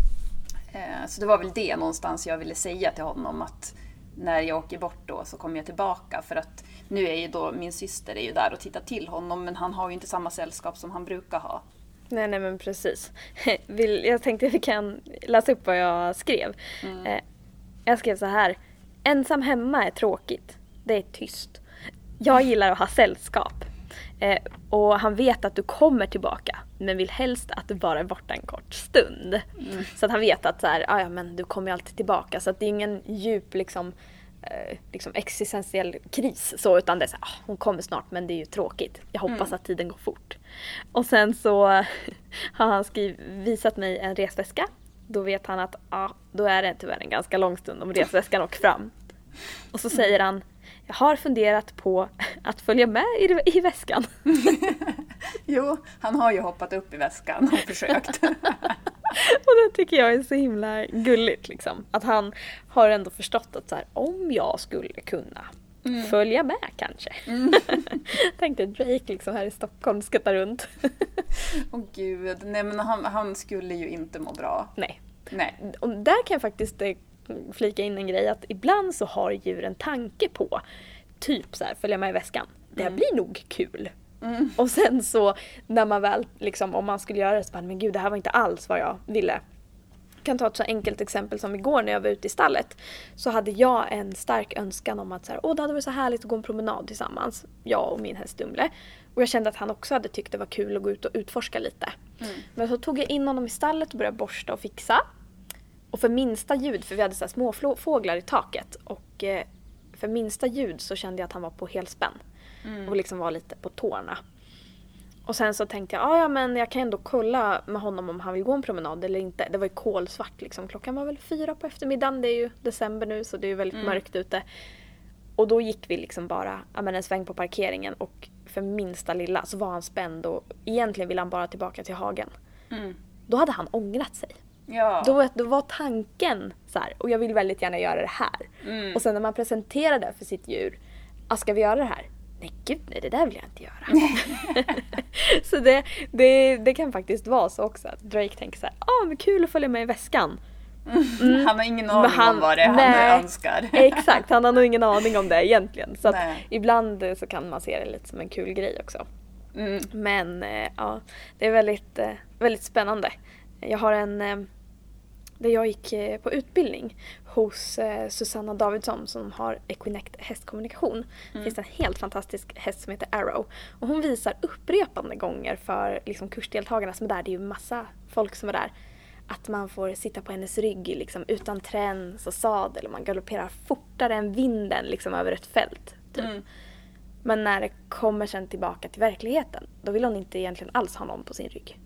Så det var väl det någonstans jag ville säga till honom, att när jag åker bort då så kommer jag tillbaka, för att nu är ju då min syster är ju där och tittar till honom, men han har ju inte samma sällskap som han brukar ha.
Nej men precis. Jag tänkte att vi kan läsa upp vad jag skrev. Jag skrev så här: ensam hemma är tråkigt. Det är tyst. Jag gillar att ha sällskap. Och han vet att du kommer tillbaka, men vill helst att du bara är borta en kort stund. Så att han vet att så här, men du kommer alltid tillbaka. Så att det är ingen djup liksom existentiell kris så, utan det är så här, hon kommer snart, men det är ju tråkigt. Jag hoppas att tiden går fort. Och sen så har han visat mig en resväska. Då vet han att då är det tyvärr en ganska lång stund om resväskan åker fram. Och så säger han: jag har funderat på att följa med i väskan.
Jo, han har ju hoppat upp i väskan och försökt.
Och det tycker jag är så himla gulligt liksom. Att han har ändå förstått att så här, om jag skulle kunna följa med kanske. Tänkte Drake liksom här i Stockholm skuttar runt.
Åh gud, nej men han skulle ju inte må bra.
Nej. Och där kan jag faktiskt flika in en grej, att ibland så har djur en tanke på typ så här, följa med i väskan. Det här blir nog kul. Och sen så när man väl liksom, om man skulle göra det så bara, men gud, det här var inte alls vad jag ville. Jag kan ta ett så enkelt exempel som igår när jag var ute i stallet, så hade jag en stark önskan om att så här, det hade varit så härligt att gå en promenad tillsammans, jag och min häst Dumle. Och jag kände att han också hade tyckt det var kul att gå ut och utforska lite. Men så tog jag in honom i stallet och började borsta och fixa. Och för minsta ljud, för vi hade så här små fåglar i taket, och för minsta ljud så kände jag att han var på helspänn. Och liksom var lite på tårna. Och sen så tänkte jag, ja men jag kan ändå kolla med honom om han vill gå en promenad eller inte. Det var ju kolsvart liksom. Klockan var väl 4 på eftermiddagen. Det är ju december nu så det är ju väldigt mörkt ute. Och då gick vi liksom bara en sväng på parkeringen. Och för minsta lilla så var han spänd. Och egentligen ville han bara tillbaka till hagen. Då hade han ångrat sig.
Ja.
Då var tanken så här. Och jag vill väldigt gärna göra det här. Och sen när man presenterar det för sitt djur. Ska vi göra det här? Nej gud, nej, det där vill jag inte göra. Så det kan faktiskt vara så också. Att Drake tänker så här, men kul att följa med i väskan.
Han har ingen aning om vad det är han önskar.
Exakt, han har nog ingen aning om det egentligen. Så att ibland så kan man se det lite som en kul grej också. Men det är väldigt, väldigt spännande. Jag har där jag gick på utbildning hos Susanna Davidsson som har Equinect hästkommunikation. Det finns en helt fantastisk häst som heter Arrow. Och hon visar upprepande gånger för liksom, kursdeltagarna som är där. Det är ju massa folk som är där. Att man får sitta på hennes rygg liksom, utan träns och sadel. Och man galopperar fortare än vinden liksom, över ett fält. Typ. Men när det kommer sen tillbaka till verkligheten. Då vill hon inte egentligen alls ha någon på sin rygg.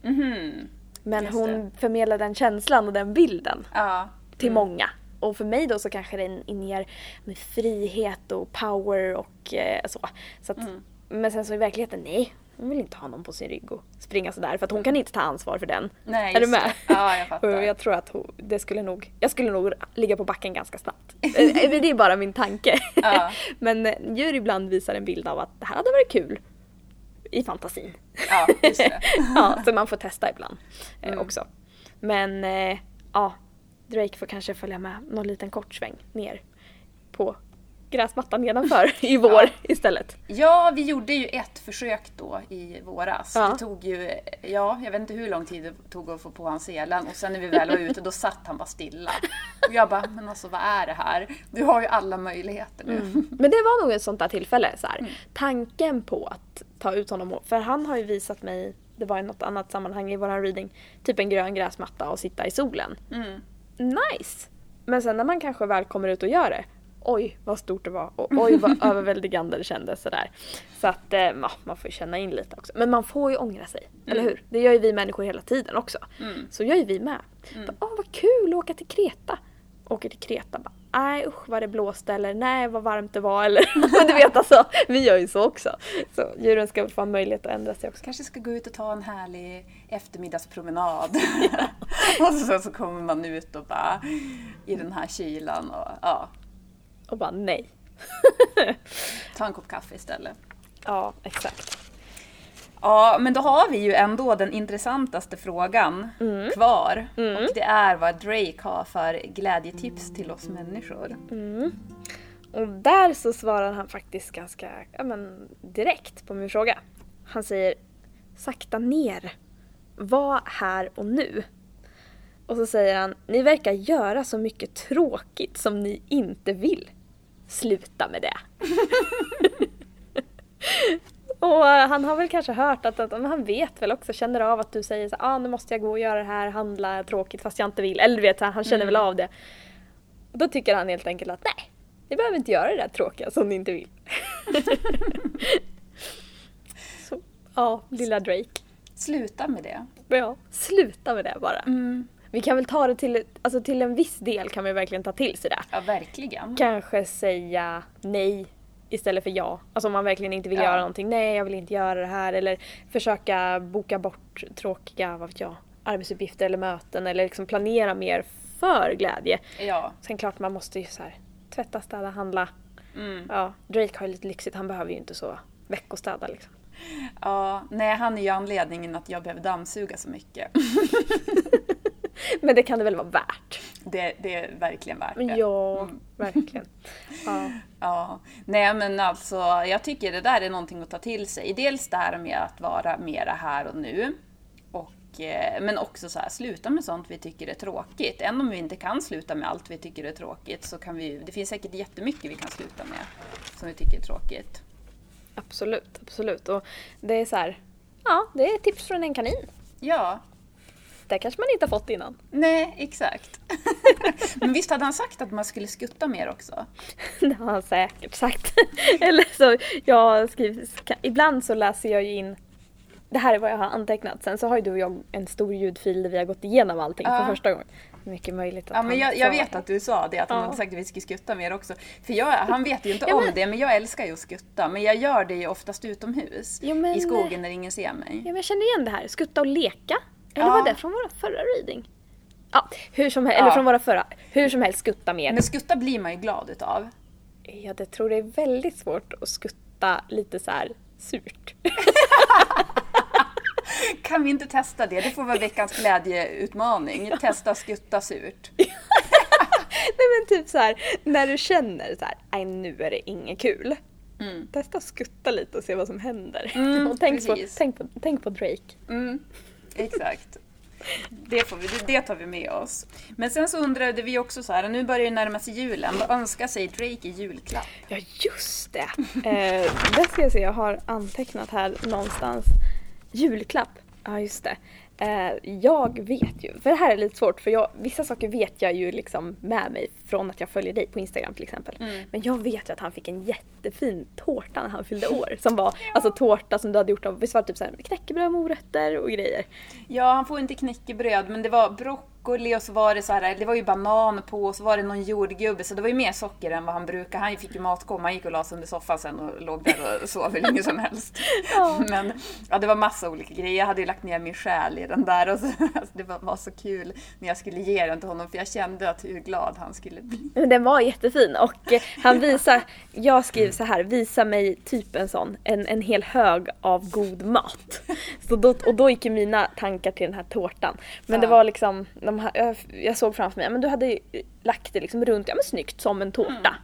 Men hon förmedlar den känslan och den bilden till många. Och för mig då så kanske den inger med frihet och power och så. Att, men sen så i verkligheten, nej. Hon vill inte ha någon på sin rygg och springa sådär. För att hon kan inte ta ansvar för den.
Nej,
är du med?
Ja, jag fattar.
Och jag tror att jag skulle nog ligga på backen ganska snabbt. Det är bara min tanke. Men djur ibland visar en bild av att det här hade varit kul. I fantasin.
Ja, just det.
Så man får testa ibland också. Men Drake får kanske följa med någon liten kort sväng ner på gräsmattan nedanför i vår istället.
Ja, vi gjorde ju ett försök då i våras. Det tog ju, jag vet inte hur lång tid det tog att få på hans selen. Och sen när vi väl var ute, då satt han bara stilla. Och jag bara, men alltså vad är det här? Du har ju alla möjligheter nu.
Men det var nog ett sånt där tillfälle. Så här. Tanken på att ta ut honom, för han har ju visat mig, det var i något annat sammanhang i våran reading, typ en grön gräsmatta och sitta i solen. Nice! Men sen när man kanske väl kommer ut och gör det, oj vad stort det var och oj vad överväldigande det kändes sådär. Så att man får känna in lite också. Men man får ju ångra sig, eller hur? Det gör ju vi människor hela tiden också. Så gör ju vi med. Vad kul att åka till Kreta. Åker till Kreta bara, nej usch vad det blåste eller nej vad varmt det var eller du vet alltså, vi gör ju så också. Så djuren ska få möjlighet att ändra sig också.
Kanske ska gå ut och ta en härlig eftermiddagspromenad. Och så kommer man ut och bara i den här kylan
och bara nej.
Ta en kopp kaffe istället.
Ja, exakt.
Ja, men då har vi ju ändå den intressantaste frågan kvar. Och det är vad Drake har för glädjetips till oss människor.
Och där så svarar han faktiskt ganska direkt på min fråga. Han säger, sakta ner. Var här och nu. Och så säger han, ni verkar göra så mycket tråkigt som ni inte vill. Sluta med det. Och han har väl kanske hört att han vet väl också, känner av att du säger så nu måste jag gå och göra det här, handla tråkigt fast jag inte vill. Eller du vet, han känner väl av det. Och då tycker han helt enkelt att nej, ni behöver inte göra det där tråkiga som ni inte vill. Så, lilla Drake.
Sluta med det.
Ja, sluta med det bara. Vi kan väl ta det till en viss del kan vi verkligen ta till sig det.
Ja, verkligen.
Kanske säga nej istället för ja. Alltså om man verkligen inte vill göra någonting. Nej, jag vill inte göra det här. Eller försöka boka bort tråkiga arbetsuppgifter eller möten. Eller liksom planera mer för glädje. Ja. Sen klart man måste ju så här tvätta, städa, handla. Ja, Drake har ju lite lyxigt. Han behöver ju inte så veckostäda liksom.
Ja, nej, han är ju anledningen att jag behöver dammsuga så mycket.
Men det kan det väl vara värt?
Det är verkligen värt det.
Ja, verkligen.
Ja. Nej, men alltså, jag tycker det där är någonting att ta till sig. Dels det här med att vara mera här och nu. Men också så här, sluta med sånt vi tycker är tråkigt. Även om vi inte kan sluta med allt vi tycker är tråkigt så kan det finns säkert jättemycket vi kan sluta med som vi tycker är tråkigt.
Absolut. Och det är så här, det är tips från en kanin.
Ja.
Det kanske man inte har fått innan.
Nej, exakt. Men visst hade han sagt att man skulle skutta mer också?
Det har han säkert sagt. Eller så, ibland så läser jag ju in det här är vad jag har antecknat. Sen så har ju du och jag en stor ljudfil där vi har gått igenom allting för första gången. Mycket möjligt att
men jag vet att du sa det, att han hade sagt att vi skulle skutta mer också. För han vet ju inte om det, men jag älskar ju att skutta. Men jag gör det ju oftast utomhus, i skogen när ingen ser mig. Ja,
men jag känner igen det här, skutta och leka. Eller var det från våra förra reading? Ja, hur som helst, eller från våra förra. Hur som helst, skutta mer.
Men skutta blir man ju glad utav.
Ja, det tror det är väldigt svårt att skutta lite så här surt.
Kan vi inte testa det? Det får vara veckans glädjeutmaning. Testa skutta surt.
Nej, men typ så här, när du känner så här, nej, nu är det inget kul. Testa skutta lite och se vad som händer. Och tänk på Drake.
Exakt. Det tar vi med oss. Men sen så undrade vi också så här, nu börjar det närma sig julen. Vad önskar sig Drake i julklapp?
Ja, just det. Det ska jag se, jag har antecknat här någonstans. Julklapp, ja just det. Jag vet ju, för det här är lite svårt, för vissa saker vet jag ju liksom med mig från att jag följer dig på Instagram till exempel. Men jag vet ju att han fick en jättefin tårta när han fyllde år. Som var alltså tårta som du hade gjort av, visst var det typ så här knäckebröd, morötter och grejer?
Ja, han får inte knäckebröd, men det var broccoli och så var det så här, det var ju banan på och så var det någon jordgubbe, så det var ju mer socker än vad han brukar. Han fick ju matkomma, han gick och la sig under soffan sen och låg där och sov hur länge som helst. Men ja, det var massa olika grejer. Jag hade ju lagt ner min själ i den där och så, alltså, det var så kul när jag skulle ge den till honom, för jag kände att hur glad han skulle bli.
Den var jättefin och han jag skriver så här, visa mig typ en hel hög av god mat. Då gick ju mina tankar till den här tårtan. Men det var liksom, jag såg framför mig, men du hade lagt det liksom runt, men snyggt som en tårta.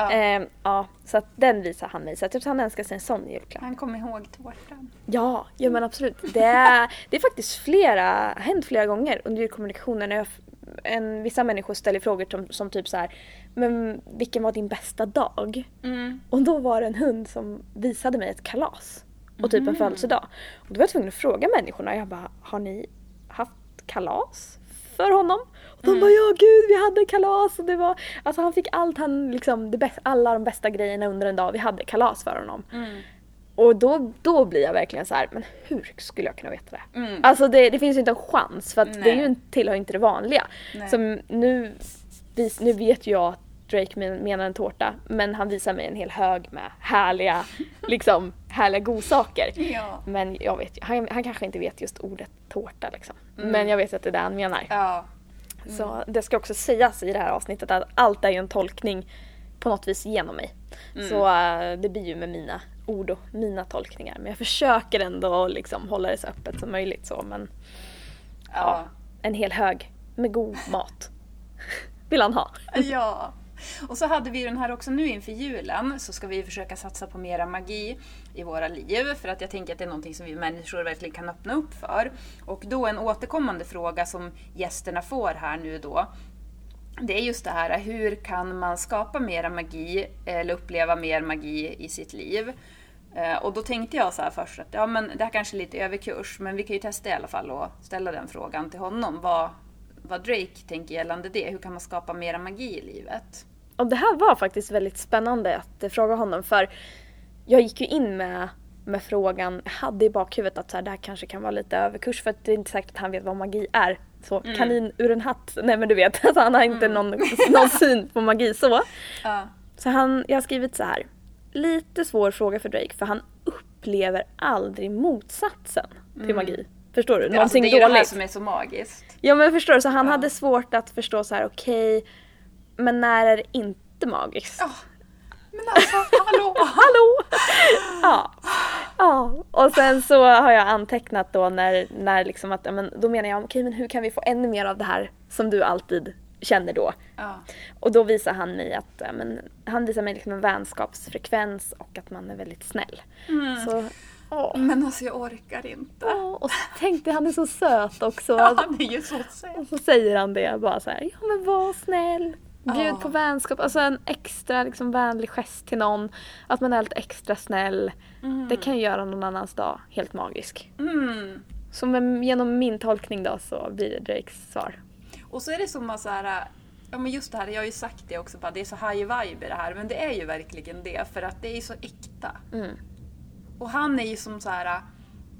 Så att den visar han mig. Så att jag tror han önskar sig en sån julklapp.
Han kommer ihåg tårtan.
Ja, men absolut. Det är faktiskt hänt flera gånger under julkommunikationen när vissa människor ställer frågor som typ så här, men vilken var din bästa dag? Och då var det en hund som visade mig ett kalas och typ en födelsedag. Och då var jag tvungen att fråga människorna, jag bara, har ni haft kalas för honom? Och de bara, ja gud, vi hade kalas. Och det var, alltså han fick allt, alla de bästa grejerna under en dag. Vi hade kalas för honom. Och då blir jag verkligen så här, men hur skulle jag kunna veta det? Alltså det finns ju inte en chans, för att det är ju tillhör inte det vanliga. Som nu vet jag att Drake menar en tårta, men han visar mig en hel hög med härliga godsaker.
Ja.
Men jag vet, han kanske inte vet just ordet tårta liksom. Men jag vet att det är det han menar.
Ja.
Så det ska också sägas i det här avsnittet att allt är ju en tolkning på något vis genom mig. Så det blir ju med mina ord och mina tolkningar. Men jag försöker ändå liksom hålla det så öppet som möjligt. Så, men en hel hög med god mat vill han ha.
Ja. Och så hade vi den här också nu inför julen, så ska vi försöka satsa på mera magi i våra liv, för att jag tänker att det är någonting som vi människor verkligen kan öppna upp för. Och då en återkommande fråga som gästerna får här nu då, det är just det här, hur kan man skapa mera magi eller uppleva mer magi i sitt liv? Och då tänkte jag så här först att men det här kanske är lite överkurs, men vi kan ju testa i alla fall och ställa den frågan till honom. Vad Drake tänker gällande det. Hur kan man skapa mera magi i livet?
Och det här var faktiskt väldigt spännande att fråga honom, för jag gick ju in med frågan, jag hade i bakhuvudet att så här, det här kanske kan vara lite överkurs, för att det är inte säkert att han vet vad magi är. Så kanin ur en hatt, nej men du vet, alltså han har inte någon syn på magi så. Så jag har skrivit så här, lite svår fråga för Drake, för han upplever aldrig motsatsen till magi. Förstår du?
Någonting det är ju det här som är så magiskt.
Ja, men förstår du? Så han hade svårt att förstå så här, okej, men när är det inte magiskt?
Men alltså, hallå!
Ja. Och sen så har jag antecknat då när liksom att, men då menar jag, okej, men hur kan vi få ännu mer av det här som du alltid känner då? Och då visar han mig att, han visar mig liksom en vänskapsfrekvens och att man är väldigt snäll. Så
men alltså jag orkar inte.
Och så tänkte han är så söt också.
Han är ju så söt.
Och så säger han det bara så här, ja men var snäll. Bjud på vänskap. Alltså en extra liksom vänlig gest till någon. Att man är lite extra snäll. Det kan göra någon annans dag helt magisk. Så genom min tolkning då så blir det Drakes svar.
Och så är det som att så här, men just det här, jag har ju sagt det också, bara, det är så high vibe i det här. Men det är ju verkligen det, för att det är så äkta. Och han är ju som så här,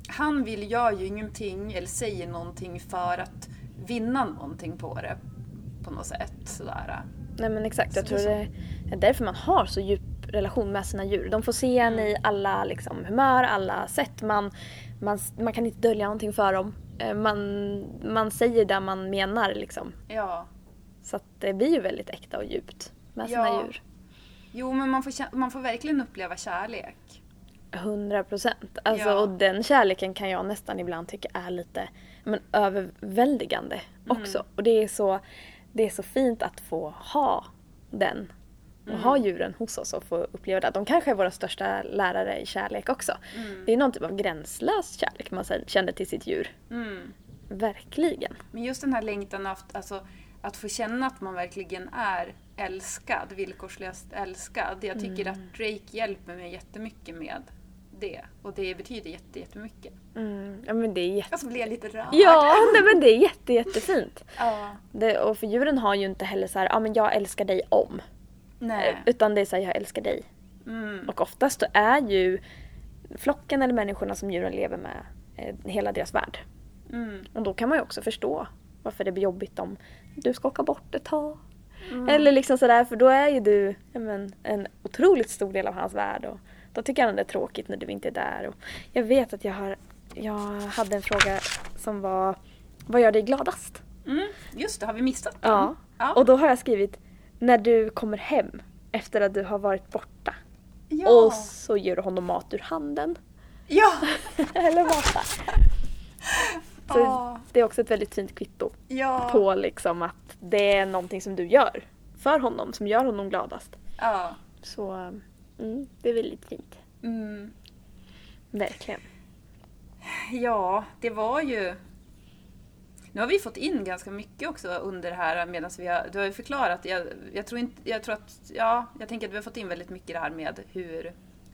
han gör ju ingenting eller säger någonting för att vinna någonting på det. På något sätt. Sådär.
Nej men exakt, jag tror det är därför man har så djup relation med sina djur. De får se en i alla liksom, humör, alla sätt. Man kan inte dölja någonting för dem. Man säger det man menar liksom.
Ja.
Så att det blir ju väldigt äkta och djupt med sina djur.
Jo, men man får verkligen uppleva kärlek.
100%. Alltså, och den kärleken kan jag nästan ibland tycka är lite överväldigande också. Och det är så fint att få ha den. Och ha djuren hos oss och få uppleva det. De kanske är våra största lärare i kärlek också. Det är någon typ av gränslös kärlek man känner till sitt djur. Verkligen.
Men just den här längtan att få känna att man verkligen är älskad, villkorslöst älskad. Jag tycker att Drake hjälper mig jättemycket med det. Och det betyder jättemycket.
Ja, men det är
alltså blir jag lite rörd.
Ja, men det är jättefint.
Ja.
Och för djuren har ju inte heller så här, men jag älskar dig om.
Nej.
Utan det är så här, jag älskar dig. Och oftast då är ju flocken eller människorna som djuren lever med hela deras värld. Och då kan man ju också förstå varför det blir jobbigt om du ska åka bort ett tag. Eller liksom sådär, för då är ju du en otroligt stor del av hans värld. Och då tycker han det är tråkigt när du inte är där. Och jag vet att jag hade en fråga som var, vad gör dig gladast?
Just det, har vi missat den?
Ja, och då har jag skrivit, när du kommer hem efter att du har varit borta.
Ja.
Och så ger du honom mat ur handen.
Ja!
Eller mata. Så det är också ett väldigt fint kvitto på liksom att det är någonting som du gör för honom, som gör honom gladast.
Ja.
Så det är väldigt fint. Verkligen.
Ja, det var ju... Nu har vi fått in ganska mycket också under det här medan du har ju förklarat. Jag tänker att vi har fått in väldigt mycket det här med hur...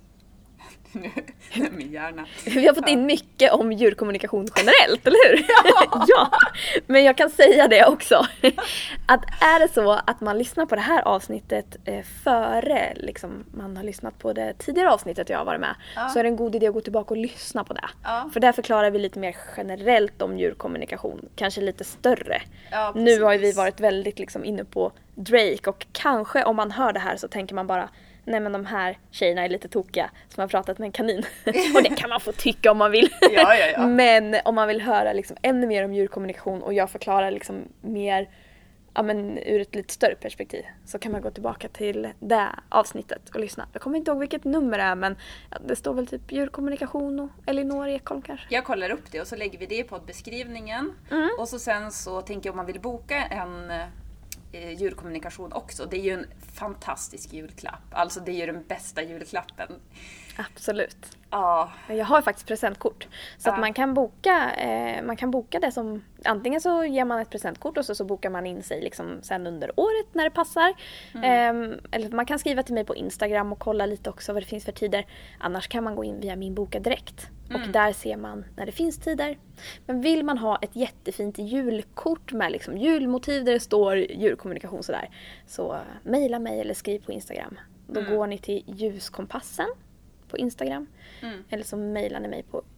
Min hjärna.
Vi har fått in mycket om djurkommunikation generellt, eller hur? Ja, men jag kan säga det också. Att är det så att man lyssnar på det här avsnittet före liksom, man har lyssnat på det tidigare avsnittet jag har varit med, så är det en god idé att gå tillbaka och lyssna på det. För där förklarar vi lite mer generellt om djurkommunikation, kanske lite större. Nu har vi varit väldigt liksom, inne på Drake, och kanske om man hör det här så tänker man bara, nej men de här tjejerna är lite tokiga som har pratat med en kanin. Och det kan man få tycka om man vill.
Ja.
Men om man vill höra liksom ännu mer om djurkommunikation och jag förklarar liksom mer ur ett lite större perspektiv, så kan man gå tillbaka till det avsnittet och lyssna. Jag kommer inte ihåg vilket nummer det är, men det står väl typ djurkommunikation och Elinor Ekholm kanske.
Jag kollar upp det och så lägger vi det i poddbeskrivningen. Och så sen så tänker jag om man vill boka en djurkommunikation också. Det är ju en fantastisk julklapp. Alltså det är ju den bästa julklappen.
Absolut.
Ja.
Jag har faktiskt presentkort. Så att man kan boka det som, antingen så ger man ett presentkort och så bokar man in sig liksom sen under året när det passar. Eller man kan skriva till mig på Instagram och kolla lite också vad det finns för tider. Annars kan man gå in via min boka direkt. Och där ser man när det finns tider. Men vill man ha ett jättefint julkort med liksom julmotiv där det står djurkommunikation sådär, så mejla mig eller skriv på Instagram. Då går ni till ljuskompassen på Instagram. Eller så mejlar ni mig på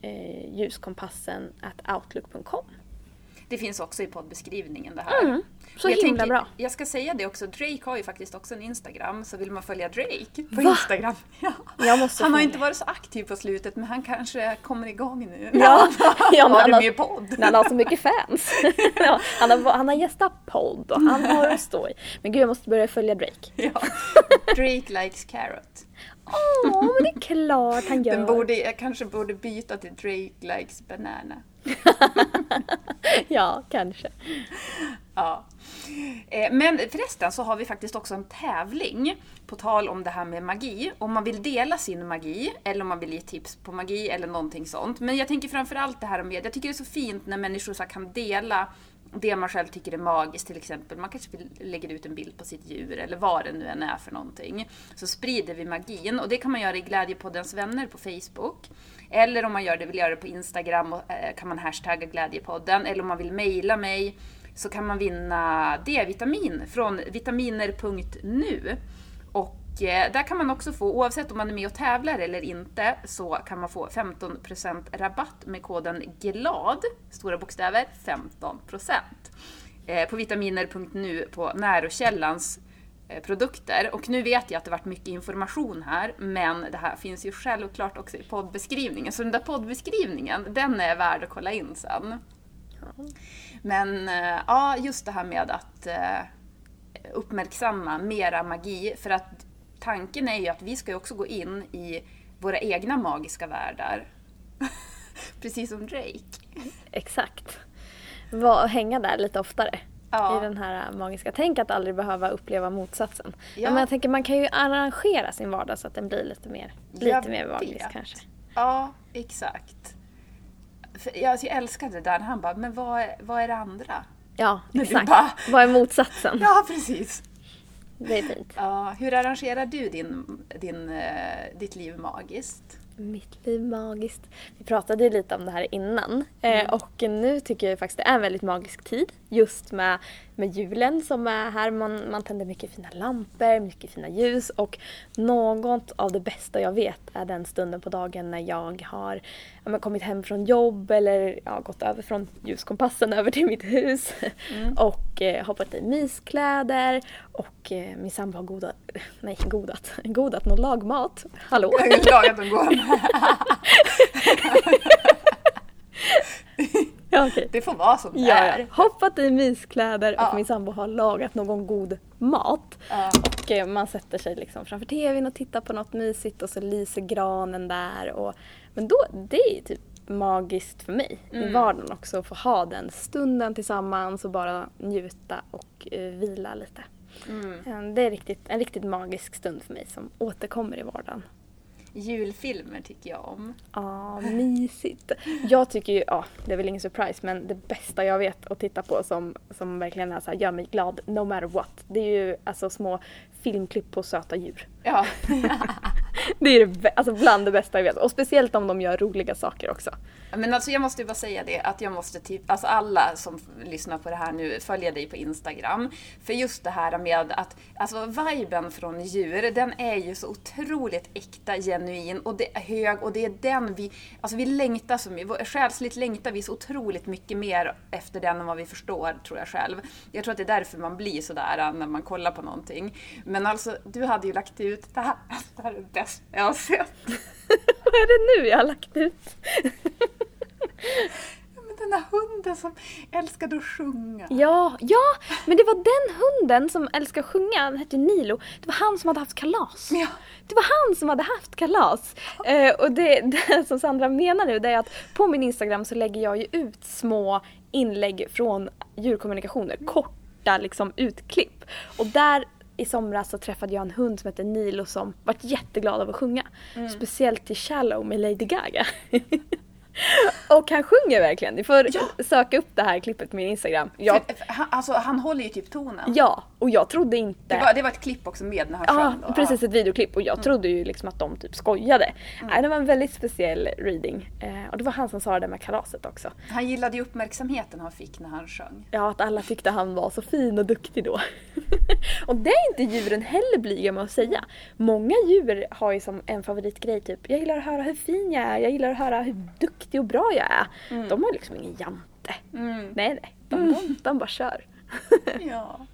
ljuskompassen@outlook.com.
Det finns också i poddbeskrivningen det här.
Så himla bra.
Jag ska säga det också, Drake har ju faktiskt också en Instagram, så vill man följa Drake på Instagram. Ja.
Han
har inte varit så aktiv på slutet, men han kanske kommer igång nu.
Ja,
har du med podd?
Han har så mycket fans. Han har gästat podd och han har att stå i. Men gud, jag måste börja följa Drake.
Ja. Drake likes carrot.
Men det är klart han gör.
Jag kanske borde byta till Drake likes banana.
Ja, kanske.
Ja. Men förresten så har vi faktiskt också en tävling på tal om det här med magi. Om man vill dela sin magi eller om man vill ge tips på magi eller någonting sånt. Men jag tänker framförallt det här med, jag tycker det är så fint när människor så kan dela det man själv tycker är magiskt, till exempel. Man kanske lägger ut en bild på sitt djur eller vad det nu än är för någonting. Så sprider vi magin, och det kan man göra i Glädjepoddens vänner på Facebook. Eller om man vill göra det på Instagram, och kan man hashtagga Glädjepodden. Eller om man vill mejla mig så kan man vinna D-vitamin från vitaminer.nu. Och där kan man också få, oavsett om man är med och tävlar eller inte, så kan man få 15% rabatt med koden GLAD, stora bokstäver, 15%. På vitaminer.nu på Närokällans produkter. Och nu vet jag att det varit mycket information här, men det här finns ju självklart också i poddbeskrivningen. Så den där poddbeskrivningen, den är värd att kolla in sen. Men ja, just det här med att uppmärksamma mera magi, för att tanken är ju att vi ska ju också gå in i våra egna magiska världar. Precis som Drake.
Exakt. Hänga där lite oftare. I den här magiska. Tänk att aldrig behöva uppleva motsatsen. Ja. Men jag tänker man kan ju arrangera sin vardag så att den blir lite mer magisk kanske.
Ja, exakt. För jag älskade det där när han bara, men vad är det andra?
Ja, exakt. Vad är motsatsen?
Ja, precis.
Det är fint.
Ja, hur arrangerar du ditt liv magiskt?
Mitt liv magiskt. Vi pratade ju lite om det här innan. Och nu tycker jag faktiskt det är en väldigt magisk tid. Just med julen som är här. Man tänder mycket fina lampor, mycket fina ljus. Och något av det bästa jag vet är den stunden på dagen när jag har kommit hem från jobb. Eller gått över från ljuskompassen över till mitt hus. Och hoppat i myskläder. Och min sambo har godat någon lagmat. Hallå?
Jag har lagat någon god.
Ja, okay.
Det får vara som det är.
Hoppat i myskläder och min sambo har lagat någon god mat. Och man sätter sig liksom framför tvn och tittar på något mysigt och så lyser granen där. Men då, det är typ magiskt för mig i vardagen också att få ha den stunden tillsammans och bara njuta och vila lite. Det är en riktigt magisk stund för mig som återkommer i vardagen.
Julfilmer tycker jag om.
Ja, mysigt. Jag tycker ju, det är väl ingen surprise, men det bästa jag vet att titta på som verkligen är så här, gör mig glad no matter what. Det är ju alltså små filmklipp på söta djur.
Ja.
Det är bland det bästa jag vet. Och speciellt om de gör roliga saker också.
Men alltså jag måste ju bara säga det, att jag måste alla som lyssnar på det här nu följa dig på Instagram. För just det här med att, viben från djur, den är ju så otroligt äkta, genuin och det är hög och det är den vi längtar så mycket. Själsligt längtar vi så otroligt mycket mer efter den än vad vi förstår, tror jag själv. Jag tror att det är därför man blir sådär när man kollar på någonting. Men alltså, du hade ju lagt ut det här är det bästa jag har sett.
Vad är det nu jag har lagt ut?
Den där hunden som älskade att sjunga.
Ja, men det var den hunden som älskar att sjunga. Han hette Nilo. Det var han som hade haft kalas.
Ja.
Det var han som hade haft kalas. Och det som Sandra menar nu, det är att på min Instagram så lägger jag ju ut små inlägg från djurkommunikationer. Korta liksom utklipp. Och där i somras så träffade jag en hund som heter Nilo som varit jätteglad av att sjunga. Speciellt till Shallow med Lady Gaga. Och han sjunger verkligen. Ni får söka upp det här klippet på min Instagram.
Han håller ju typ tonen.
Ja, och jag trodde inte...
Det var ett klipp också med när han sjöng då.
Precis, ett videoklipp. Och jag trodde ju liksom att de typ skojade. Nej, det var en väldigt speciell reading. Och det var han som sa det med kalaset också.
Han gillade ju uppmärksamheten han fick när han sjöng.
Ja, att alla tyckte han var så fin och duktig då. Och det är inte djuren heller blyga med att säga. Många djur har ju som en favoritgrej typ, jag gillar att höra hur fin jag är. Jag gillar att höra hur duktig och bra jag är. De har liksom ingen jante. Nej. De bara kör.
Ja.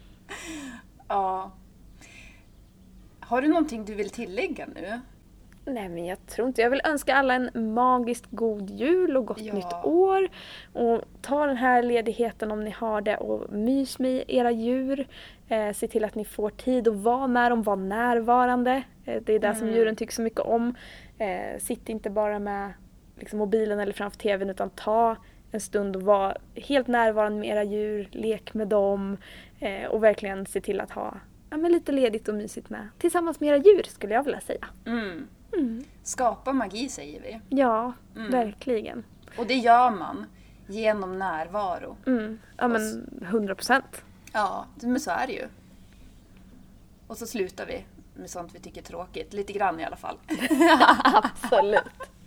Har du någonting du vill tillägga nu?
Nej, men jag tror inte. Jag vill önska alla en magiskt god jul och gott nytt år. Och ta den här ledigheten om ni har det och mys med era djur. Se till att ni får tid att vara med dem, vara närvarande. Det är det som djuren tycker så mycket om. Sitt inte bara med liksom mobilen eller framför tvn, utan ta en stund och vara helt närvarande med era djur. Lek med dem och verkligen se till att ha lite ledigt och mysigt med. Tillsammans med era djur skulle jag vilja säga.
Skapa magi säger vi.
Ja, verkligen.
Och det gör man genom närvaro.
Ja, men 100%.
Ja, men så är det ju. Och så slutar vi med sånt vi tycker är tråkigt. Lite grann i alla fall.
Absolut.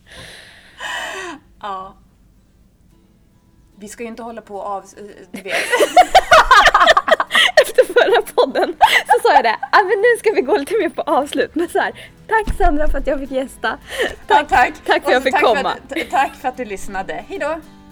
Ja. Vi ska ju inte hålla på du vet.
Efter förra podden så sa jag det. Men nu ska vi gå lite mer på avslut. Men så här, tack Sandra för att jag fick gästa. Tack för att jag fick komma.
Tack för att du lyssnade. Hej då!